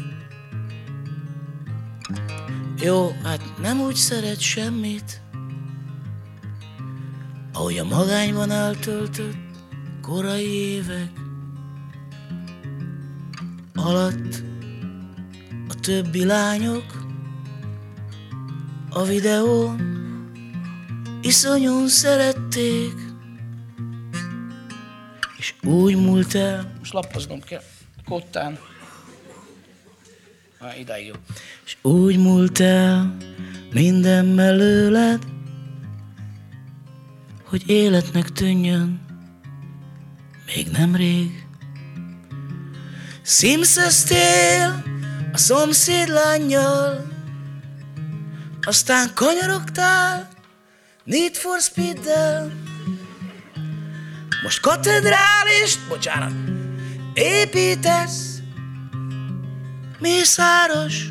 Jó, hát nem úgy szeret semmit, ahogy a magányban eltöltött korai évek alatt a többi lányok a videón iszonyúan szerették, és úgy múlt el, most lapoznom kell, kottán, ah, idáig jó, és úgy múlt el minden mellőled, hogy életnek tűnjön még nemrég. Szimszeztél a szomszéd lánnyal, aztán kanyarogtál Need for Speed-del. Most katedrálist, bocsánat, építesz Mészáros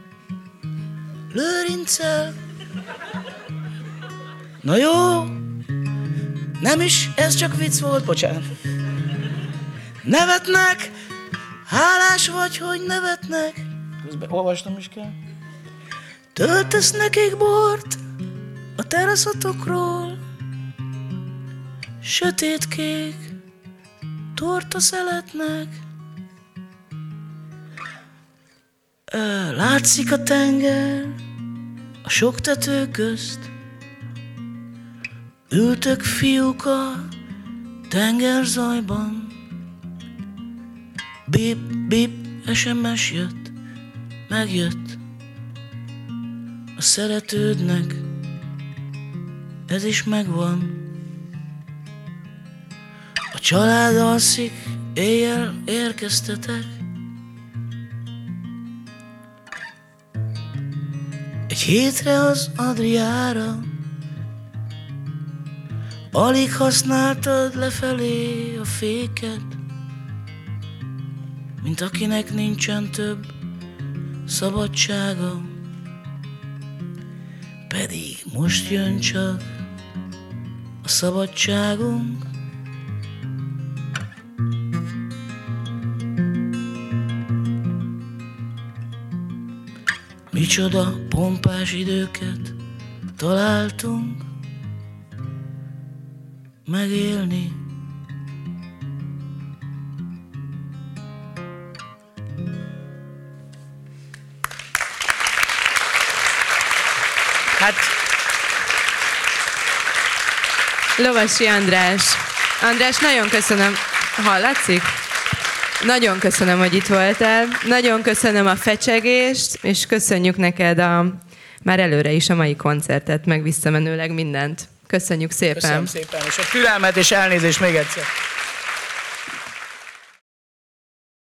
Lőrinccel. Na jó, nem is, ez csak vicc volt, bocsánat. Nevetnek, hálás vagy, hogy nevetnek. Közben olvastam is kell. Töltesz nekik bort a teraszotokról, sötétkék torta szeletnek. Látszik a tenger a sok tető közt, ültök fiúk a tengerzajban, Bip, bip, es em es jött, megjött. A szeretődnek ez is megvan. A család alszik, éjjel érkeztetek. Egy hétre az Adriára, alig használtad lefelé a féket, mint akinek nincsen több szabadsága. Pedig most jön csak a szabadságunk. Micsoda pompás időket találtunk megélni. Hát... Lovasi András. András, nagyon köszönöm. Hallatszik? Nagyon köszönöm, hogy itt voltál. Nagyon köszönöm a fecsegést, és köszönjük neked a, már előre is a mai koncertet, meg visszamenőleg mindent. Köszönjük szépen. Köszönöm szépen, és a türelmet és elnézést még egyszer.